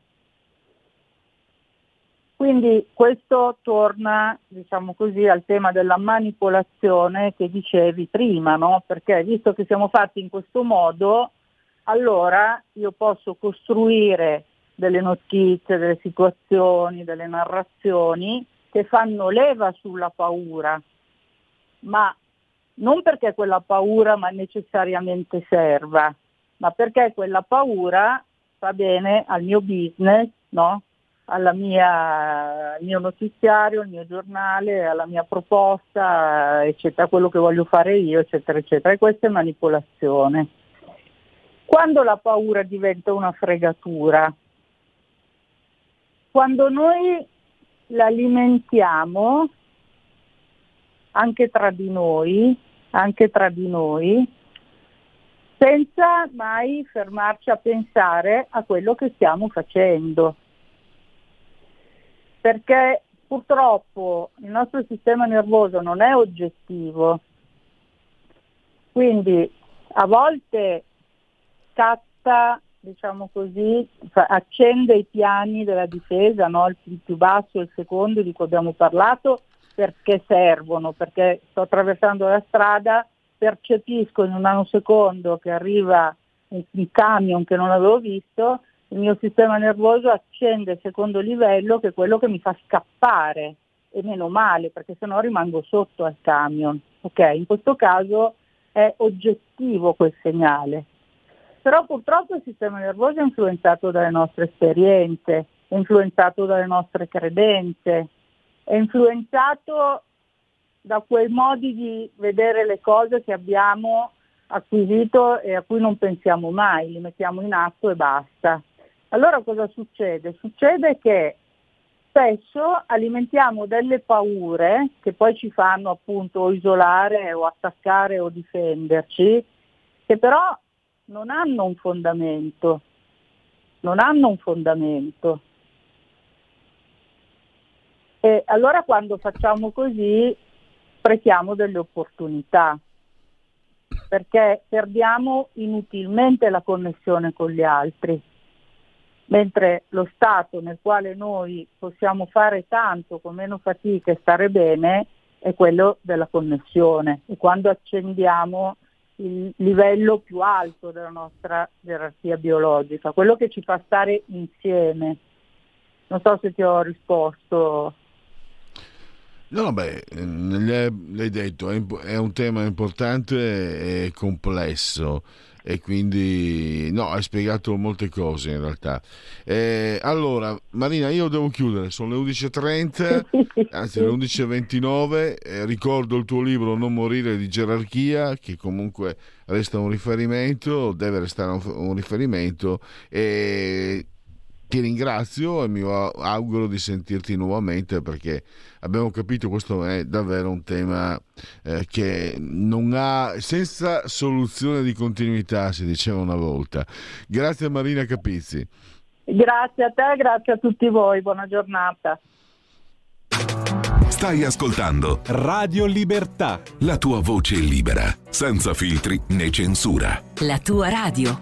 Quindi questo torna, diciamo così, al tema della manipolazione che dicevi prima, no? Perché visto che siamo fatti in questo modo, allora io posso costruire delle notizie, delle situazioni, delle narrazioni che fanno leva sulla paura, ma non perché quella paura ma necessariamente serva, ma perché quella paura fa bene al mio business, no? Alla mia, al mio notiziario, al mio giornale, alla mia proposta, eccetera, quello che voglio fare io, eccetera, eccetera. E questa è manipolazione. Quando la paura diventa una fregatura, quando noi l'alimentiamo anche tra di noi, anche tra di noi, senza mai fermarci a pensare a quello che stiamo facendo. Perché purtroppo il nostro sistema nervoso non è oggettivo, quindi a volte scatta, diciamo così, accende i piani della difesa, no? Il più basso e il secondo di cui abbiamo parlato, perché servono, perché sto attraversando la strada, percepisco in un nanosecondo che arriva un, un camion che non avevo visto, il mio sistema nervoso accende il secondo livello, che è quello che mi fa scappare, e meno male, perché sennò rimango sotto al camion. Ok, in questo caso è oggettivo quel segnale. Però purtroppo il sistema nervoso è influenzato dalle nostre esperienze, è influenzato dalle nostre credenze, è influenzato da quei modi di vedere le cose che abbiamo acquisito e a cui non pensiamo mai, li mettiamo in atto e basta. Allora cosa succede? Succede che spesso alimentiamo delle paure che poi ci fanno appunto o isolare o attaccare o difenderci, che però non hanno un fondamento, non hanno un fondamento. E allora quando facciamo così sprechiamo delle opportunità, perché perdiamo inutilmente la connessione con gli altri. Mentre lo stato nel quale noi possiamo fare tanto con meno fatica e stare bene è quello della connessione, e quando accendiamo il livello più alto della nostra gerarchia biologica, quello che ci fa stare insieme. Non so se ti ho risposto. No, beh, l'hai detto, è un tema importante e complesso, e quindi no, hai spiegato molte cose in realtà. Eh, allora, Marina, io devo chiudere, sono le undici e trenta, anzi le undici e ventinove. Eh, ricordo il tuo libro Non morire di gerarchia, che comunque resta un riferimento, deve restare un, un riferimento, e ti ringrazio e mi auguro di sentirti nuovamente, perché abbiamo capito questo è davvero un tema eh, che non ha, senza soluzione di continuità, si diceva una volta. Grazie a Marina Capizzi. Grazie a te, grazie a tutti voi, buona giornata. Stai ascoltando Radio Libertà, la tua voce libera, senza filtri né censura. La tua radio.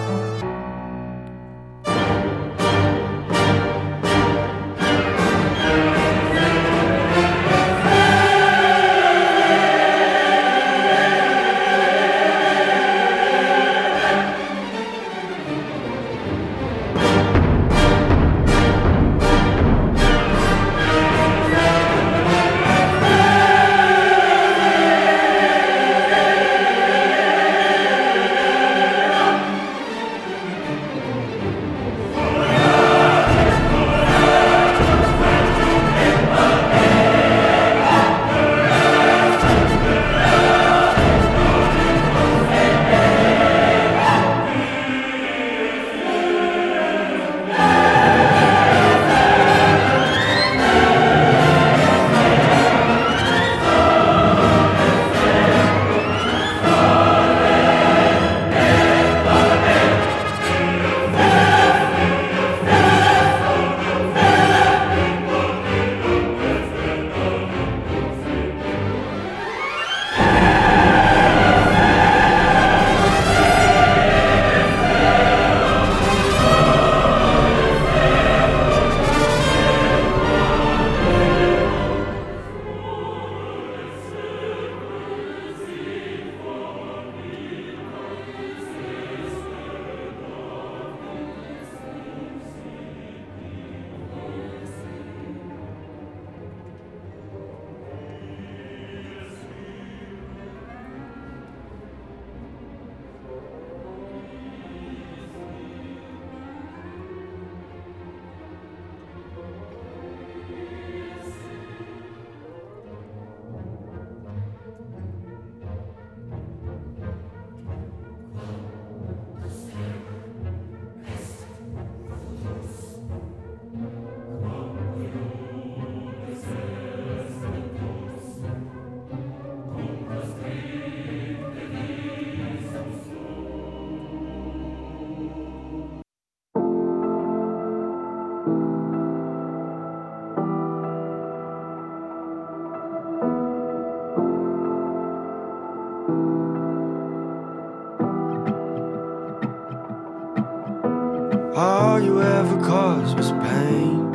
All you ever caused was pain.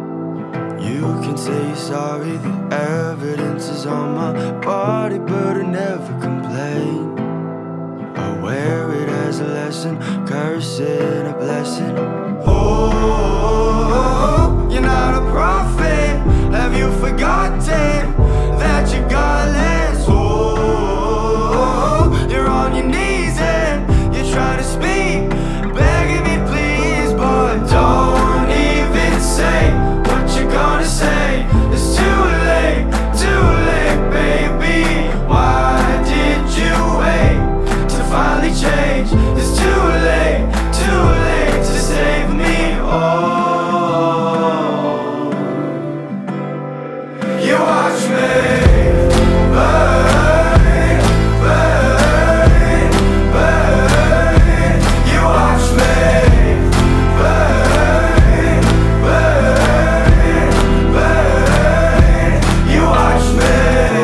You can say you're sorry, the evidence is on my body, but I never complain. I wear it as a lesson, curse it a blessing. Oh, you're not a prophet. Have you forgotten that you're godless? Oh, you're on your knees and you're trying to speak, begging me please, but don't even say what you're gonna say. It's too late, too late, baby. Why did you wait to finally change? It's too late, too late to save me. Oh, you watch me burn, burn, burn. You watch me burn, burn, burn. You watch me.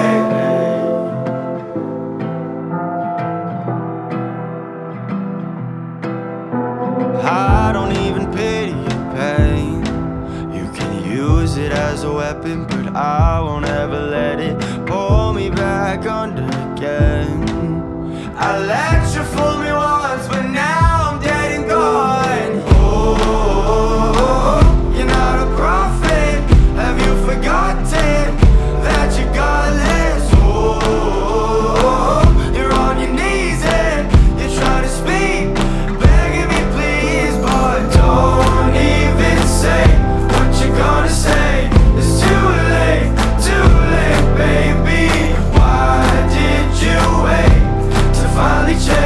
I don't even pity your pain. You can use it as a weapon, but I won't ever let it pull me back under again. I let you fool me once, but now I'm dead and gone. Oh, you're not a prophet. Have you forgotten that you're godless? Oh, you're on your knees and you're trying to speak, begging me please, but don't even say what you're gonna say. It's too late, too late, baby. Why did you wait to finally change?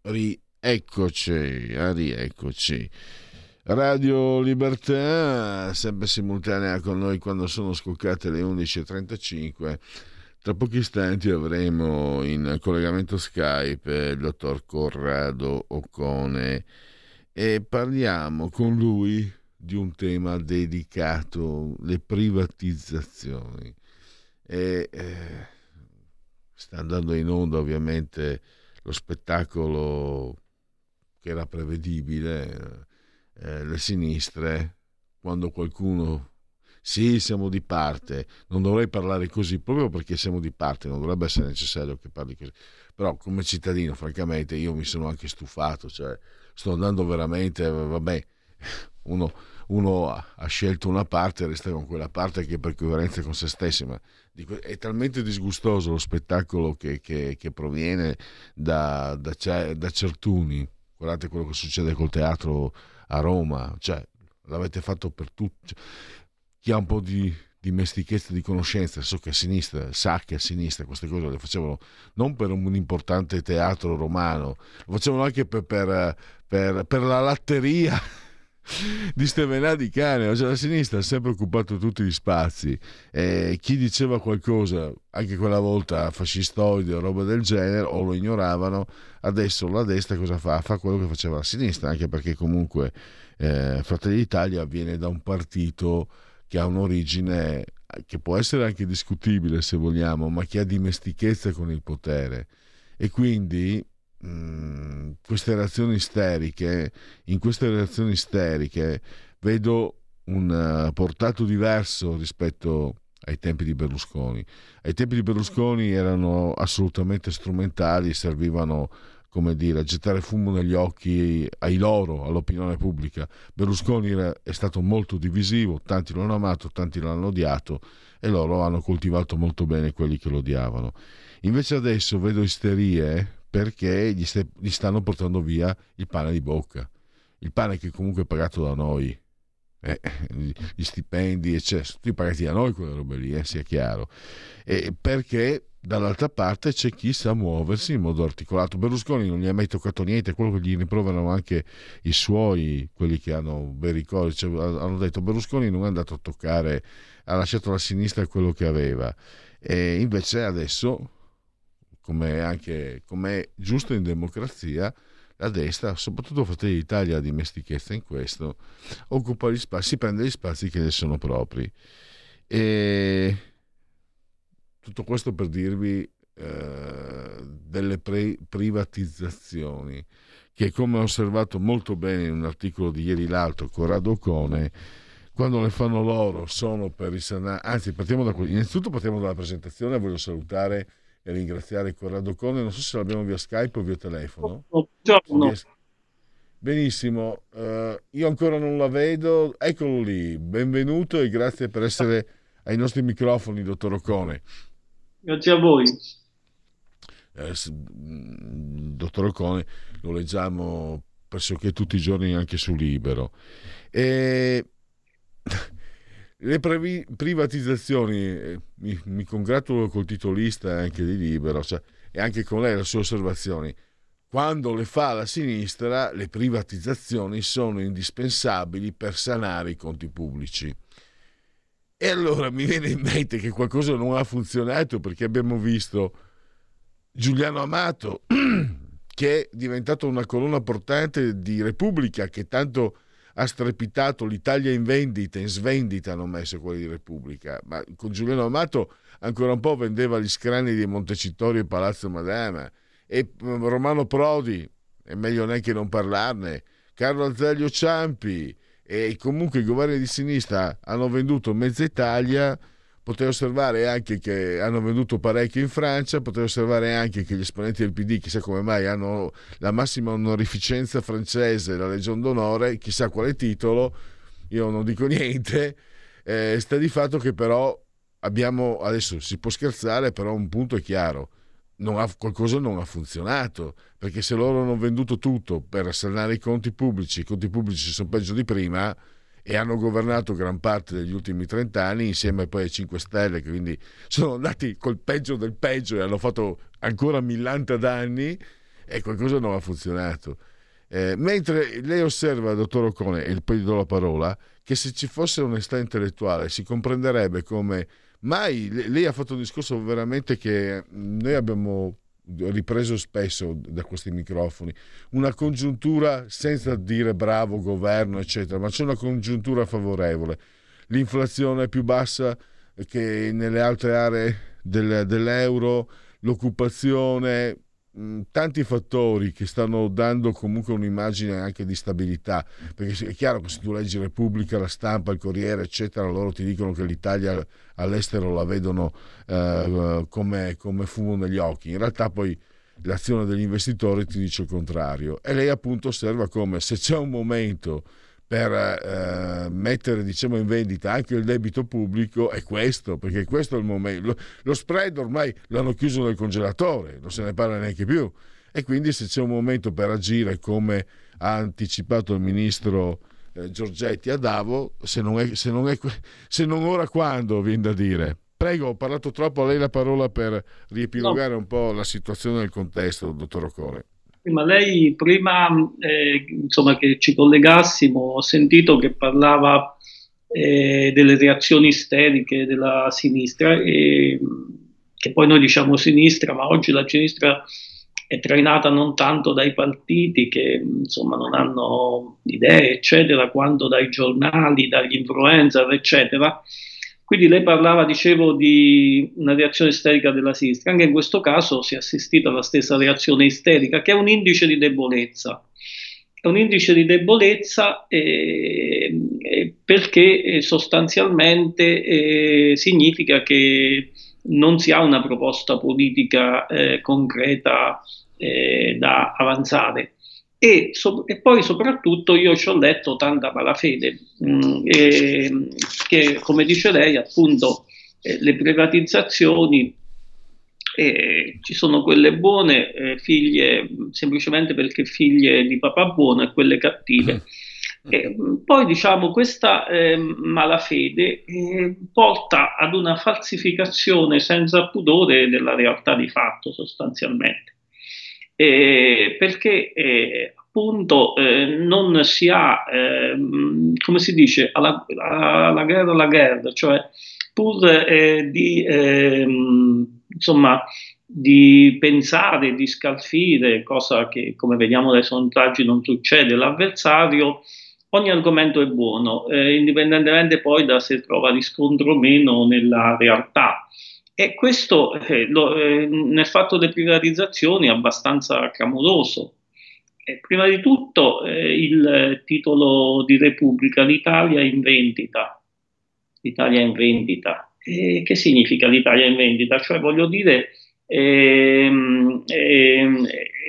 rieccoci, ah, rieccoci. Radio Libertà, sempre simultanea con noi quando sono scoccate le undici e trentacinque. Tra pochi istanti avremo in collegamento Skype il dottor Corrado Occone e parliamo con lui di un tema dedicato, le privatizzazioni. E, eh, sta andando in onda ovviamente lo spettacolo che era prevedibile, eh, le sinistre, quando qualcuno sì, siamo di parte, non dovrei parlare così proprio perché siamo di parte, non dovrebbe essere necessario che parli così, però come cittadino francamente io mi sono anche stufato, cioè sto andando veramente, vabbè, uno, uno ha, ha scelto una parte e resta con quella parte che per coerenza con se stessi, ma dico, è talmente disgustoso lo spettacolo che, che, che proviene da, da, da Certuni. Guardate quello che succede col teatro a Roma, cioè l'avete fatto per tutti. Cioè, chi ha un po' di dimestichezza, di conoscenza, so che a sinistra, sa che a sinistra queste cose le facevano non per un importante teatro romano, lo facevano anche per, per, per, per la latteria di Stevenà di Cane, cioè la sinistra ha sempre occupato tutti gli spazi e chi diceva qualcosa, anche quella volta fascistoide o roba del genere, o lo ignoravano. Adesso la destra cosa fa? Fa quello che faceva la sinistra, anche perché comunque eh, Fratelli d'Italia viene da un partito che ha un'origine che può essere anche discutibile se vogliamo, ma che ha dimestichezza con il potere e quindi mh, queste reazioni isteriche, in queste reazioni isteriche vedo un uh, portato diverso rispetto ai tempi di Berlusconi. Ai tempi di Berlusconi erano assolutamente strumentali, servivano, come dire, a gettare fumo negli occhi ai loro, all'opinione pubblica. Berlusconi era, è stato molto divisivo, tanti lo hanno amato, tanti lo hanno odiato e loro hanno coltivato molto bene quelli che lo odiavano. Invece adesso vedo isterie perché gli, st- gli stanno portando via il pane di bocca, il pane che comunque è pagato da noi, eh, gli stipendi, eccetera, tutti pagati da noi quelle robe lì, eh, sia chiaro, e perché dall'altra parte c'è chi sa muoversi in modo articolato. Berlusconi non gli ha mai toccato niente, quello che gli rimproverano anche i suoi, quelli che hanno bei ricordi, cioè, hanno detto Berlusconi non è andato a toccare, ha lasciato alla sinistra quello che aveva, e invece adesso, come anche come giusto in democrazia, la destra, soprattutto Fratelli d'Italia, ha dimestichezza in questo, occupa gli spazi, si prende gli spazi che le sono propri. E tutto questo per dirvi eh, delle pre- privatizzazioni che, come ho osservato molto bene in un articolo di ieri l'altro Corrado Occone, quando le fanno loro sono per risanare. Anzi, partiamo da qui. Innanzitutto partiamo dalla presentazione. Voglio salutare e ringraziare Corrado Occone. Non so se l'abbiamo via Skype o via telefono. Buongiorno. Via... Benissimo, uh, io ancora non la vedo. Eccolo lì, benvenuto e grazie per essere ai nostri microfoni, dottor Occone. Grazie a voi. Eh, dottor Occone lo leggiamo pressoché tutti i giorni anche su Libero. E le previ- privatizzazioni, eh, mi, mi congratulo col titolista anche di Libero, cioè, e anche con lei le sue osservazioni. Quando le fa la sinistra, le privatizzazioni sono indispensabili per sanare i conti pubblici. E allora mi viene in mente che qualcosa non ha funzionato, perché abbiamo visto Giuliano Amato che è diventato una colonna portante di Repubblica, che tanto ha strepitato l'Italia in vendita, in svendita hanno messo quelli di Repubblica, ma con Giuliano Amato ancora un po' vendeva gli scrani di Montecitorio e Palazzo Madama, e Romano Prodi, è meglio neanche non parlarne, Carlo Azeglio Ciampi, e comunque i governi di sinistra hanno venduto mezza Italia. Potete osservare anche che hanno venduto parecchio in Francia, potete osservare anche che gli esponenti del P D, chissà come mai, hanno la massima onorificenza francese, la Legion d'Onore, chissà quale titolo, io non dico niente. Eh, sta di fatto che però abbiamo, adesso si può scherzare, però un punto è chiaro, non ha, qualcosa non ha funzionato, perché se loro hanno venduto tutto per sanare i conti pubblici, i conti pubblici sono peggio di prima, e hanno governato gran parte degli ultimi trent'anni insieme poi ai cinque Stelle, che quindi sono andati col peggio del peggio e hanno fatto ancora millanta danni, e qualcosa non ha funzionato. Eh, mentre lei osserva, dottor Occone, e poi do la parola, che se ci fosse onestà intellettuale si comprenderebbe come mai lei ha fatto un discorso veramente che noi abbiamo ripreso spesso da questi microfoni, una congiuntura senza dire bravo governo eccetera, ma c'è una congiuntura favorevole, l'inflazione è più bassa che nelle altre aree del, dell'euro, l'occupazione, tanti fattori che stanno dando comunque un'immagine anche di stabilità, perché è chiaro che se tu leggi Repubblica, la Stampa, il Corriere eccetera, loro ti dicono che l'Italia all'estero la vedono eh, come, come fumo negli occhi, in realtà poi l'azione degli investitori ti dice il contrario, e lei appunto osserva come se c'è un momento per eh, mettere diciamo in vendita anche il debito pubblico è questo, perché questo è il momento. Lo, lo spread ormai l'hanno chiuso nel congelatore, non se ne parla neanche più, e quindi se c'è un momento per agire come ha anticipato il ministro eh, Giorgetti a Davos, se non è, se non è se non ora quando, viene da dire. Prego, ho parlato troppo, a lei la parola per riepilogare no. un po' la situazione nel contesto, dottor Occone. Ma lei prima eh, insomma che ci collegassimo ho sentito che parlava eh, delle reazioni isteriche della sinistra, e, che poi noi diciamo sinistra, ma oggi la sinistra è trainata non tanto dai partiti che insomma non hanno idee eccetera, quanto dai giornali, dagli influencer eccetera. Quindi lei parlava, dicevo, di una reazione isterica della sinistra. Anche in questo caso si è assistito alla stessa reazione isterica, che è un indice di debolezza. È un indice di debolezza eh, eh, perché eh, sostanzialmente eh, significa che non si ha una proposta politica eh, concreta eh, da avanzare. E, so, e poi soprattutto io ci ho letto tanta malafede, mh, eh, che come dice lei appunto eh, le privatizzazioni eh, ci sono quelle buone, eh, figlie semplicemente perché figlie di papà buono, e quelle cattive. E poi diciamo questa eh, malafede eh, porta ad una falsificazione senza pudore della realtà di fatto sostanzialmente. Eh, perché eh, appunto eh, non si ha, eh, come si dice, alla, alla guerra alla guerra, cioè pur eh, di, eh, insomma, di pensare, di scalfire, cosa che come vediamo dai sondaggi non succede, l'avversario, ogni argomento è buono, eh, indipendentemente poi da se trova riscontro o meno nella realtà. E questo eh, lo, eh, nel fatto delle privatizzazioni è abbastanza clamoroso. Eh, prima di tutto eh, il titolo di Repubblica, l'Italia è in vendita. L'Italia è in vendita. Eh, che significa l'Italia è in vendita? Cioè voglio dire, ehm, ehm,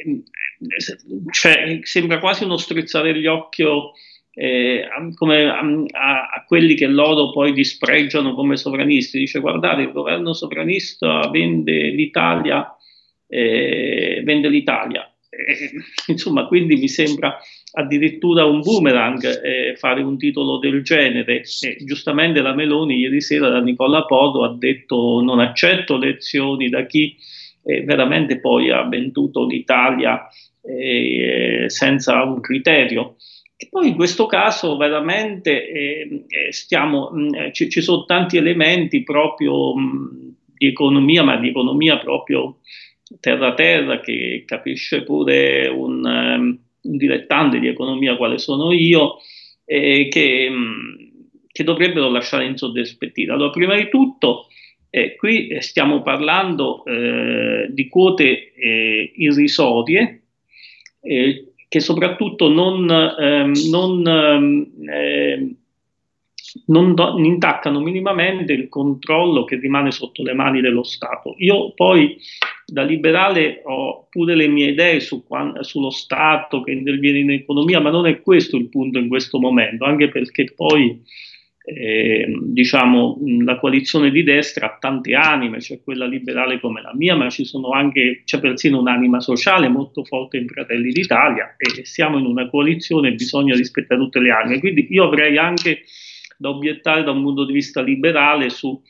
cioè, sembra quasi uno strizzare gli occhi Eh, come a, a, a quelli che loro poi dispregiano come sovranisti. Dice: guardate, il governo sovranista vende l'Italia, eh, vende l'Italia. Eh, insomma, quindi mi sembra addirittura un boomerang eh, fare un titolo del genere. E giustamente la Meloni ieri sera da Nicola Porro ha detto: non accetto lezioni da chi eh, veramente poi ha venduto l'Italia eh, senza un criterio. E poi in questo caso veramente eh, stiamo, mh, ci, ci sono tanti elementi proprio mh, di economia, ma di economia proprio terra terra, che capisce pure un, um, un dilettante di economia quale sono io, eh, che, mh, che dovrebbero lasciare insospettire. Allora, prima di tutto, eh, qui stiamo parlando eh, di quote eh, irrisorie, eh, che soprattutto non, ehm, non, ehm, non, do, non intaccano minimamente il controllo che rimane sotto le mani dello Stato. Io poi da liberale ho pure le mie idee su quando, sullo Stato che interviene in economia, ma non è questo il punto in questo momento, anche perché poi eh, diciamo la coalizione di destra ha tante anime, c'è quella liberale come la mia, ma ci sono anche, c'è persino un'anima sociale molto forte in Fratelli d'Italia, e siamo in una coalizione e bisogna rispettare tutte le anime. Quindi io avrei anche da obiettare da un punto di vista liberale su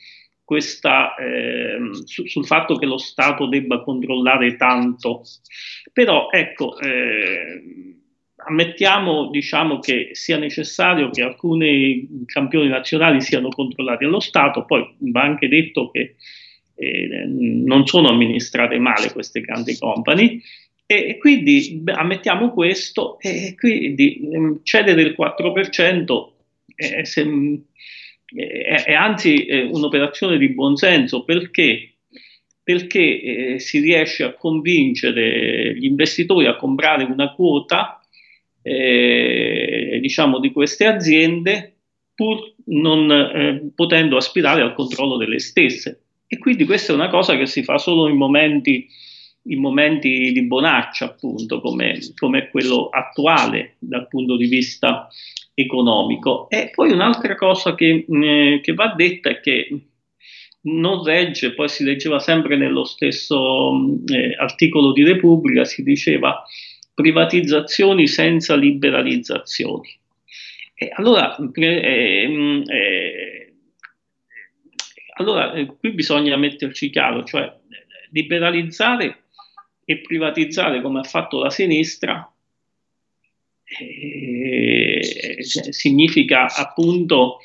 questa, eh, su, sul fatto che lo Stato debba controllare tanto. Però ecco, eh, ammettiamo, diciamo, che sia necessario che alcuni campioni nazionali siano controllati dallo Stato, poi va anche detto che eh, non sono amministrate male queste grandi company, e, e quindi beh, ammettiamo questo, e quindi eh, cedere il quattro per cento è, è, è anzi è un'operazione di buonsenso, perché perché eh, si riesce a convincere gli investitori a comprare una quota eh, diciamo di queste aziende, pur non eh, potendo aspirare al controllo delle stesse. E quindi questa è una cosa che si fa solo in momenti, in momenti di bonaccia, appunto, come, come quello attuale dal punto di vista economico. E poi un'altra cosa che, eh, che va detta è che non regge, poi si leggeva sempre nello stesso eh, articolo di Repubblica, si diceva privatizzazioni senza liberalizzazioni. E allora, eh, eh, allora eh, qui bisogna metterci chiaro, cioè liberalizzare e privatizzare come ha fatto la sinistra eh, significa appunto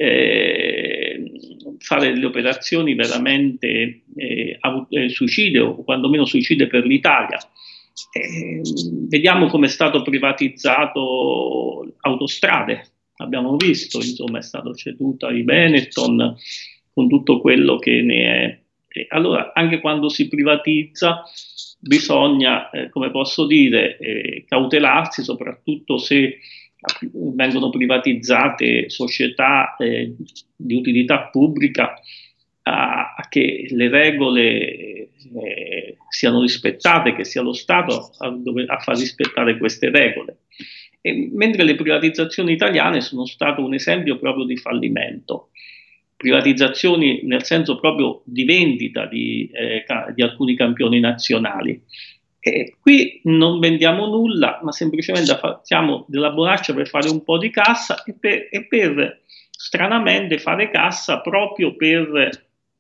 eh, fare delle operazioni veramente eh, eh, suicide, o quantomeno suicide per l'Italia. Eh, vediamo come è stato privatizzato Autostrade, abbiamo visto, insomma, è stato ceduto ai Benetton con tutto quello che ne è. E allora, anche quando si privatizza bisogna, eh, come posso dire, eh, cautelarsi, soprattutto se vengono privatizzate società eh, di utilità pubblica, a, a che le regole eh, siano rispettate, che sia lo Stato a, dove, a far rispettare queste regole. E, mentre le privatizzazioni italiane sono state un esempio proprio di fallimento. Privatizzazioni nel senso proprio di vendita di, eh, di alcuni campioni nazionali. E qui non vendiamo nulla, ma semplicemente facciamo della bonaccia per fare un po' di cassa e per, e per stranamente fare cassa proprio per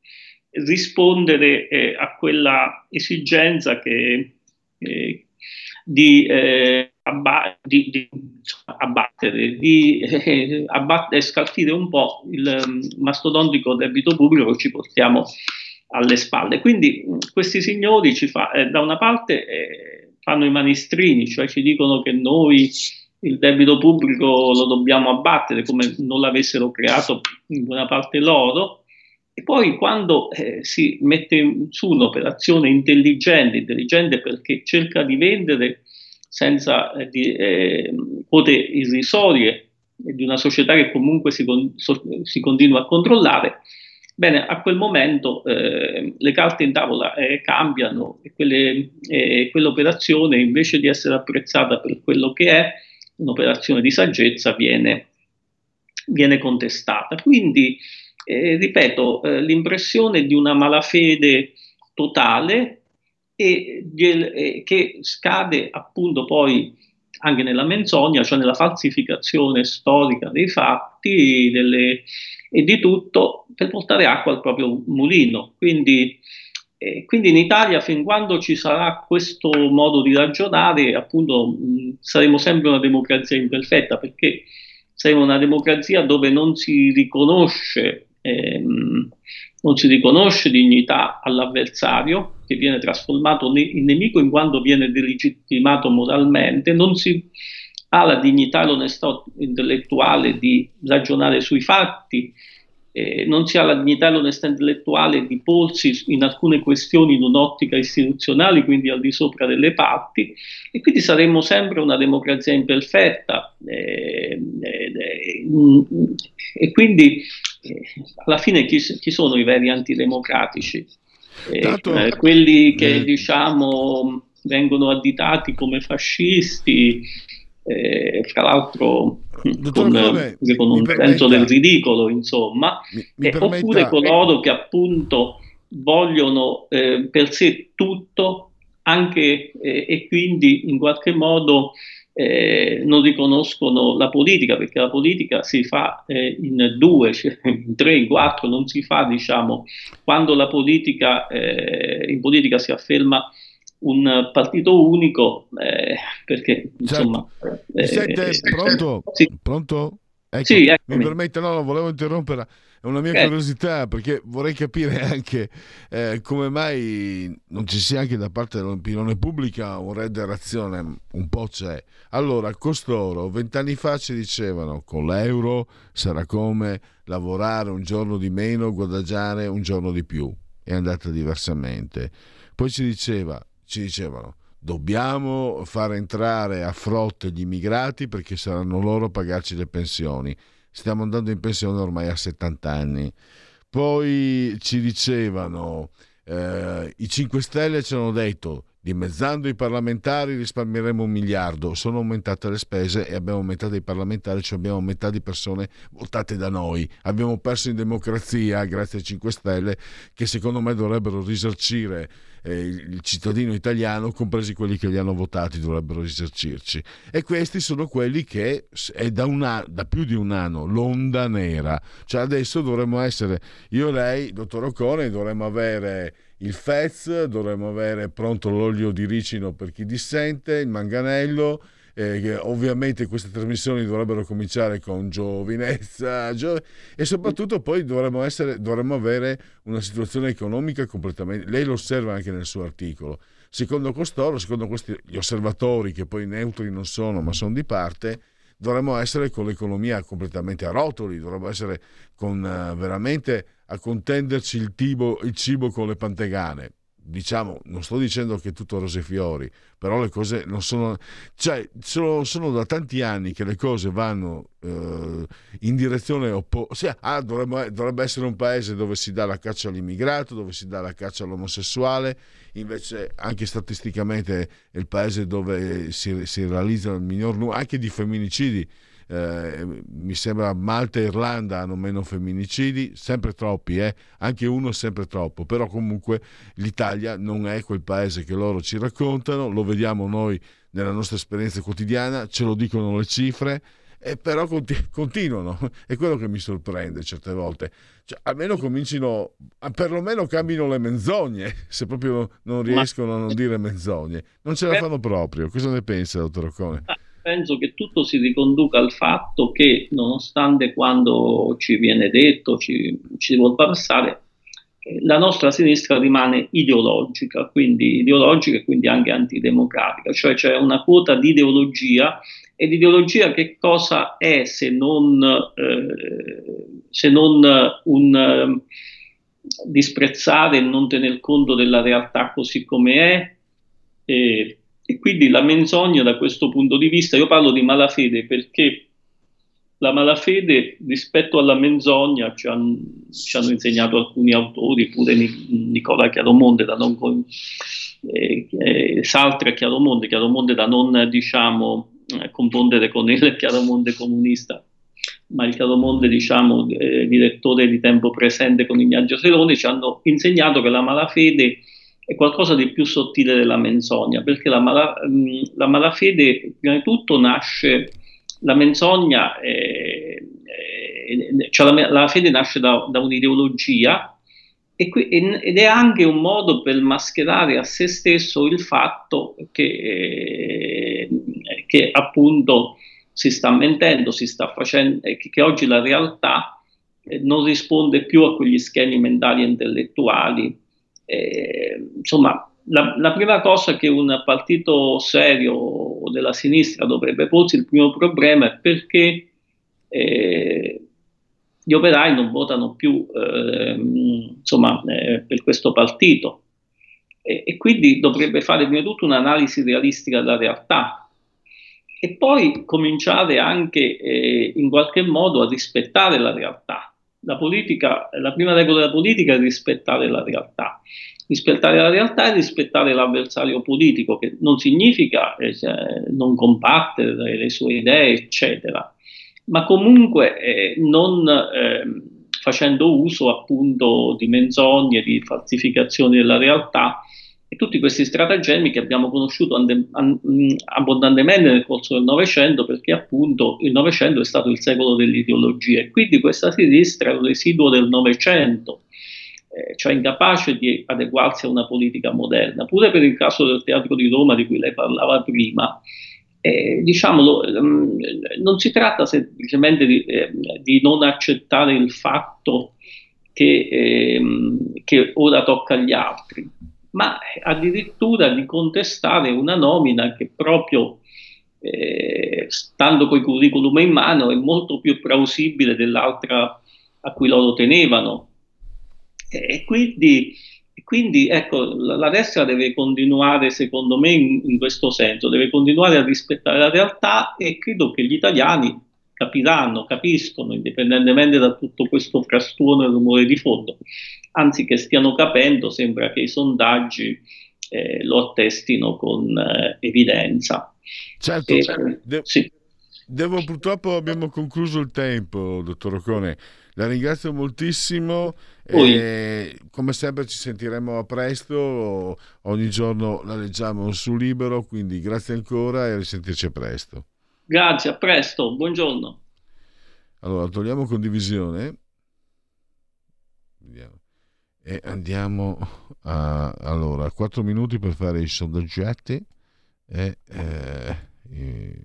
rispondere eh, a quella esigenza che, eh, di, eh, abba- di, di abbattere, di eh, abbattere, scalfire un po' il um, mastodontico debito pubblico che ci portiamo alle spalle. Quindi questi signori ci fa, eh, da una parte eh, fanno i manistrini, cioè ci dicono che noi il debito pubblico lo dobbiamo abbattere come non l'avessero creato in buona parte loro, e poi quando eh, si mette su un'operazione intelligente, intelligente perché cerca di vendere senza eh, di, eh, quote irrisorie di una società che comunque si, con, so, si continua a controllare, bene, a quel momento eh, le carte in tavola eh, cambiano e quelle, eh, quell'operazione, invece di essere apprezzata per quello che è, un'operazione di saggezza, viene, viene contestata. Quindi, eh, ripeto, eh, l'impressione di una malafede totale e di, eh, che scade appunto poi anche nella menzogna, cioè nella falsificazione storica dei fatti delle, e di tutto per portare acqua al proprio mulino. Quindi, eh, quindi in Italia, fin quando ci sarà questo modo di ragionare, appunto mh, saremo sempre una democrazia imperfetta, perché saremo una democrazia dove non si riconosce ehm, non si riconosce dignità all'avversario, che viene trasformato in nemico in quanto viene delegittimato moralmente, non si ha la dignità e l'onestà intellettuale di ragionare sui fatti, eh, non si ha la dignità e l'onestà intellettuale di porsi in alcune questioni in un'ottica istituzionale, quindi al di sopra delle parti, e quindi saremmo sempre una democrazia imperfetta, eh, eh, e quindi eh, alla fine chi, chi sono i veri antidemocratici? Eh, Tanto, eh, quelli che eh, diciamo vengono additati come fascisti, eh, fra l'altro con, Fove, con un senso del ridicolo, insomma, mi, mi eh, permetta, oppure coloro che appunto vogliono eh, per sé tutto, anche eh, e quindi in qualche modo eh, non riconoscono la politica, perché la politica si fa eh, in due, cioè in tre, in quattro, non si fa, diciamo, quando la politica, eh, in politica si afferma un partito unico, eh, perché insomma... Certo. Mi sente? Eh, Pronto? sì. Pronto? Ecco, Sì, mi permette, no, no, volevo interrompere, è una mia eh. curiosità, perché vorrei capire anche eh, come mai non ci sia anche da parte dell'opinione pubblica un red reazione, un po' c'è. Allora, costoro vent'anni fa ci dicevano con l'euro sarà come lavorare un giorno di meno, guadagnare un giorno di più, è andata diversamente. Poi ci diceva, ci dicevano dobbiamo far entrare a frotte gli immigrati perché saranno loro a pagarci le pensioni. Stiamo andando in pensione ormai a settanta anni. Poi ci dicevano, eh, i cinque Stelle ci hanno detto, dimezzando i parlamentari risparmieremo un miliardo. Sono aumentate le spese e abbiamo aumentato i parlamentari, cioè abbiamo aumentato di persone votate da noi. Abbiamo perso in democrazia grazie ai cinque Stelle, che secondo me dovrebbero risarcire eh, il cittadino italiano, compresi quelli che li hanno votati, dovrebbero risarcirci. E questi sono quelli che è da, una, da più di un anno l'onda nera. Cioè adesso dovremmo essere, io e lei, dottor Occone, dovremmo avere il F E Z, dovremmo avere pronto l'olio di ricino per chi dissente, il manganello, eh, che ovviamente queste trasmissioni dovrebbero cominciare con giovinezza, gio- e soprattutto poi dovremmo, essere, dovremmo avere una situazione economica completamente, lei lo osserva anche nel suo articolo, secondo costoro, secondo questi gli osservatori, che poi neutri non sono ma sono di parte, dovremmo essere con l'economia completamente a rotoli, dovremmo essere con uh, veramente a contenderci il, tibo, il cibo con le pantegane. Diciamo, non sto dicendo che è tutto rose e fiori, però le cose non sono, cioè sono, sono da tanti anni che le cose vanno eh, in direzione opposta. Sì, ah, dovrebbe, dovrebbe essere un paese dove si dà la caccia all'immigrato, dove si dà la caccia all'omosessuale, invece anche statisticamente è il paese dove si, si realizza il minor numero anche di femminicidi. Eh, mi sembra Malta e Irlanda hanno meno femminicidi, sempre troppi, eh? Anche uno sempre troppo, però comunque l'Italia non è quel paese che loro ci raccontano, lo vediamo noi nella nostra esperienza quotidiana, ce lo dicono le cifre, e però conti- continuano, è quello che mi sorprende certe volte, cioè, almeno comincino, perlomeno cambino le menzogne, se proprio non riescono a non dire menzogne, non ce la fanno proprio. Cosa ne pensa, dottor Occone? Penso che tutto si riconduca al fatto che, nonostante quando ci viene detto, ci, ci vuol passare, la nostra sinistra rimane ideologica, quindi ideologica e quindi anche antidemocratica, cioè c'è una quota di ideologia, e l'ideologia che cosa è se non, eh, se non un eh, disprezzare e non tener conto della realtà così come è, eh, e quindi la menzogna da questo punto di vista, io parlo di malafede perché la malafede rispetto alla menzogna ci hanno, ci hanno insegnato alcuni autori, pure Nicola Chiaromonte, da non eh, eh, Sartre e Chiaromonte, Chiaromonte da non diciamo eh, confondere con il Chiaromonte comunista, ma il Chiaromonte diciamo eh, direttore di Tempo Presente con Ignazio Seroni, ci hanno insegnato che la malafede è qualcosa di più sottile della menzogna, perché la, mala, la malafede prima di tutto nasce, la menzogna, eh, eh, cioè la, la fede nasce da, da un'ideologia e qui, ed è anche un modo per mascherare a se stesso il fatto che, eh, che appunto si sta mentendo, si sta facendo, che, che oggi la realtà eh, non risponde più a quegli schemi mentali e intellettuali. Eh, insomma, la, la prima cosa che un partito serio della sinistra dovrebbe porsi, il primo problema è perché eh, gli operai non votano più eh, insomma, eh, per questo partito, e, e quindi dovrebbe fare prima di tutto un'analisi realistica della realtà e poi cominciare anche eh, in qualche modo a rispettare la realtà. La politica, la prima regola della politica è rispettare la realtà. Rispettare la realtà e rispettare l'avversario politico, che non significa eh, non combattere le sue idee, eccetera, ma comunque eh, non eh, facendo uso appunto di menzogne, di falsificazioni della realtà, e tutti questi stratagemmi che abbiamo conosciuto ande- an- abbondantemente nel corso del Novecento, perché appunto il Novecento è stato il secolo dell'ideologia e quindi questa sinistra è un residuo del Novecento, eh, cioè incapace di adeguarsi a una politica moderna. Pure per il caso del Teatro di Roma di cui lei parlava prima, eh, diciamolo, ehm, non si tratta semplicemente di, eh, di non accettare il fatto che, ehm, che ora tocca agli altri, ma addirittura di contestare una nomina che proprio, eh, stando coi curriculum in mano, è molto più plausibile dell'altra a cui loro tenevano. E quindi, quindi ecco, la, la destra deve continuare, secondo me, in, in questo senso, deve continuare a rispettare la realtà, e credo che gli italiani capiranno, capiscono, indipendentemente da tutto questo frastuono e rumore di fondo, anzi che stiano capendo, sembra che i sondaggi eh, lo attestino con eh, evidenza. Certo, e, de- sì. devo, purtroppo abbiamo concluso il tempo, dottor Occone. La ringrazio moltissimo, e come sempre ci sentiremo a presto, ogni giorno la leggiamo su Libero, quindi grazie ancora e a risentirci a presto. Grazie, a presto, buongiorno. Allora, togliamo condivisione. Vediamo. E andiamo a allora quattro minuti per fare i sondaggetti e eh, i,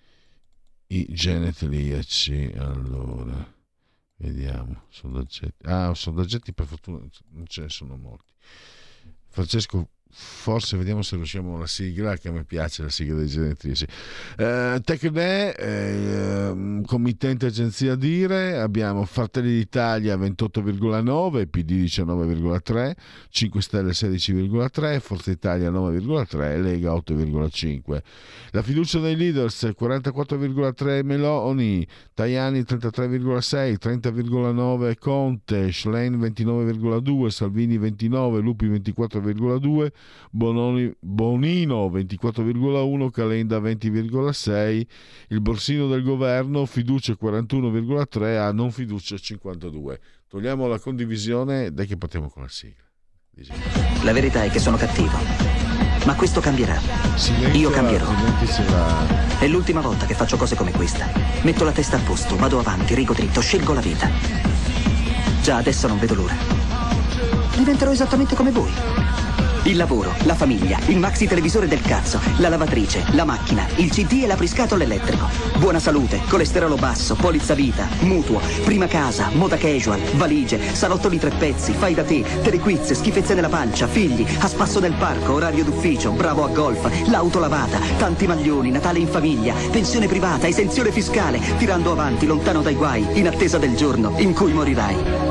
i genetliaci. Allora vediamo sondaggetti. Ah, sondaggetti per fortuna non ce ne sono molti. Francesco, forse vediamo se riusciamo la sigla, che a me piace la sigla dei genetrici. eh, Tecne, eh, committente agenzia Dire, abbiamo Fratelli d'Italia ventotto virgola nove, P D diciannove virgola tre, cinque Stelle sedici virgola tre, Forza Italia nove virgola tre, Lega otto virgola cinque. La fiducia dei leaders quarantaquattro virgola tre Meloni, Tajani trentatré virgola sei, trenta virgola nove Conte, Schlein ventinove virgola due, Salvini ventinove, Lupi ventiquattro virgola due, Bononi, Bonino ventiquattro virgola uno, Calenda venti virgola sei, il borsino del governo fiducia quarantuno virgola tre, a non fiducia cinquantadue. Togliamo la condivisione, dai che partiamo con la sigla. La verità è che sono cattivo, ma questo cambierà. Silenzio, io cambierò. la... È l'ultima volta che faccio cose come questa. Metto la testa a posto, vado avanti, rigo dritto, scelgo la vita. Già adesso non vedo l'ora. Diventerò esattamente come voi. Il lavoro, la famiglia, il maxi televisore del cazzo, la lavatrice, la macchina, il C D e l'apriscatole elettrico. Buona salute, colesterolo basso, polizza vita, mutuo, prima casa, moda casual, valigie, salottoli tre pezzi, fai da te, telequiz, schifezze nella pancia, figli, a spasso nel parco, orario d'ufficio, bravo a golf, l'auto lavata, tanti maglioni, Natale in famiglia, pensione privata, esenzione fiscale, tirando avanti, lontano dai guai, in attesa del giorno in cui morirai.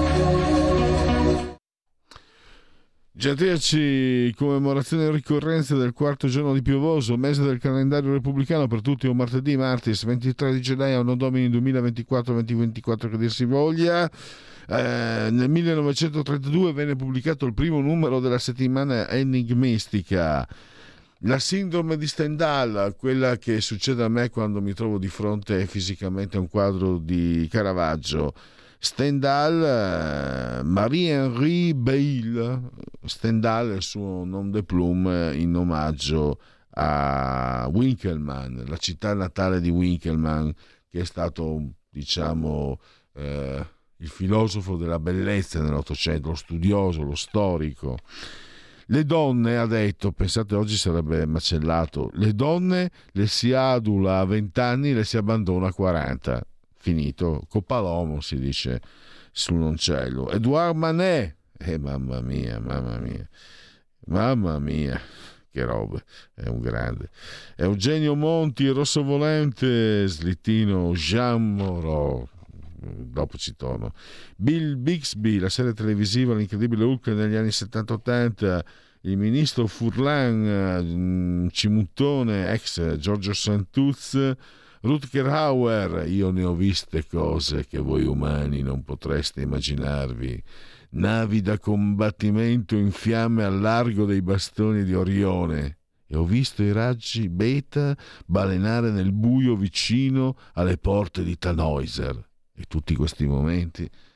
Gentiaci, commemorazione e ricorrenza del quarto giorno di piovoso, mese del calendario repubblicano, per tutti un martedì, martis ventitré di gennaio, anno domini duemilaventiquattro duemilaventiquattro che dir si voglia. Eh, nel millenovecentotrentadue venne pubblicato il primo numero della settimana enigmistica. La sindrome di Stendhal, quella che succede a me quando mi trovo di fronte fisicamente a un quadro di Caravaggio. Stendhal, eh, Marie-Henri Beyle. Stendhal è il suo nom de plume in omaggio a Winkelmann, la città natale di Winkelmann, che è stato, diciamo, eh, il filosofo della bellezza nell'Ottocento, lo studioso, lo storico. Le donne, ha detto, pensate oggi sarebbe macellato, le donne le si adula a vent'anni, le si abbandona a quaranta. Finito, Coppalomo si dice sul noncello. Edouard Manet, eh, mamma mia, mamma mia, mamma mia, che roba, è un grande. Eugenio Monti, Rosso Volente, Slittino, Jean Moreau, dopo ci torno. Bill Bixby, la serie televisiva L'incredibile Hulk negli anni settanta ottanta, il ministro Furlan, Cimuttone, ex Giorgio Santuz, Rutger Hauer, io ne ho viste cose che voi umani non potreste immaginarvi. Navi da combattimento in fiamme al largo dei bastoni di Orione, e ho visto i raggi beta balenare nel buio vicino alle porte di Tannhäuser. E tutti questi momenti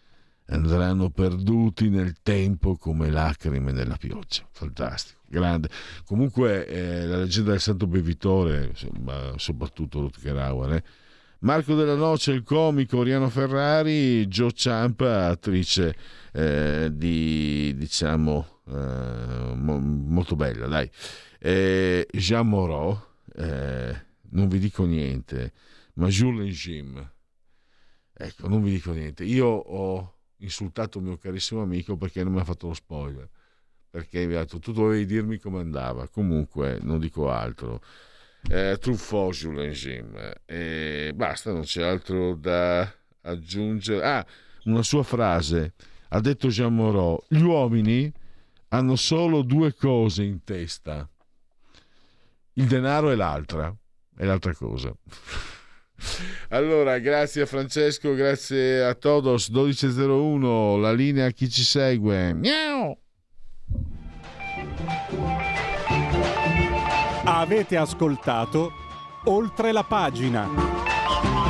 andranno perduti nel tempo come lacrime nella pioggia. Fantastico, grande. Comunque eh, la leggenda del santo bevitore, insomma, soprattutto Rutger Hauer, eh. Marco Della Noce, il comico, Oriano Ferrari, Jo Ciampa, attrice eh, di diciamo eh, mo- molto bella, dai. Eh, Jean Moreau, eh, non vi dico niente, ma Jules Legime, ecco, non vi dico niente. Io ho insultato un mio carissimo amico perché non mi ha fatto lo spoiler, perché mi ha detto tu dovevi dirmi come andava. Comunque non dico altro. eh, Truffaut, Jules Legime, e basta, non c'è altro da aggiungere. Ah, una sua frase, ha detto Jean Moreau: gli uomini hanno solo due cose in testa, il denaro e l'altra e l'altra cosa. Allora, grazie a Francesco, grazie a Todos. Dodici e zero uno, la linea a chi ci segue. Miau. Avete ascoltato Oltre la pagina.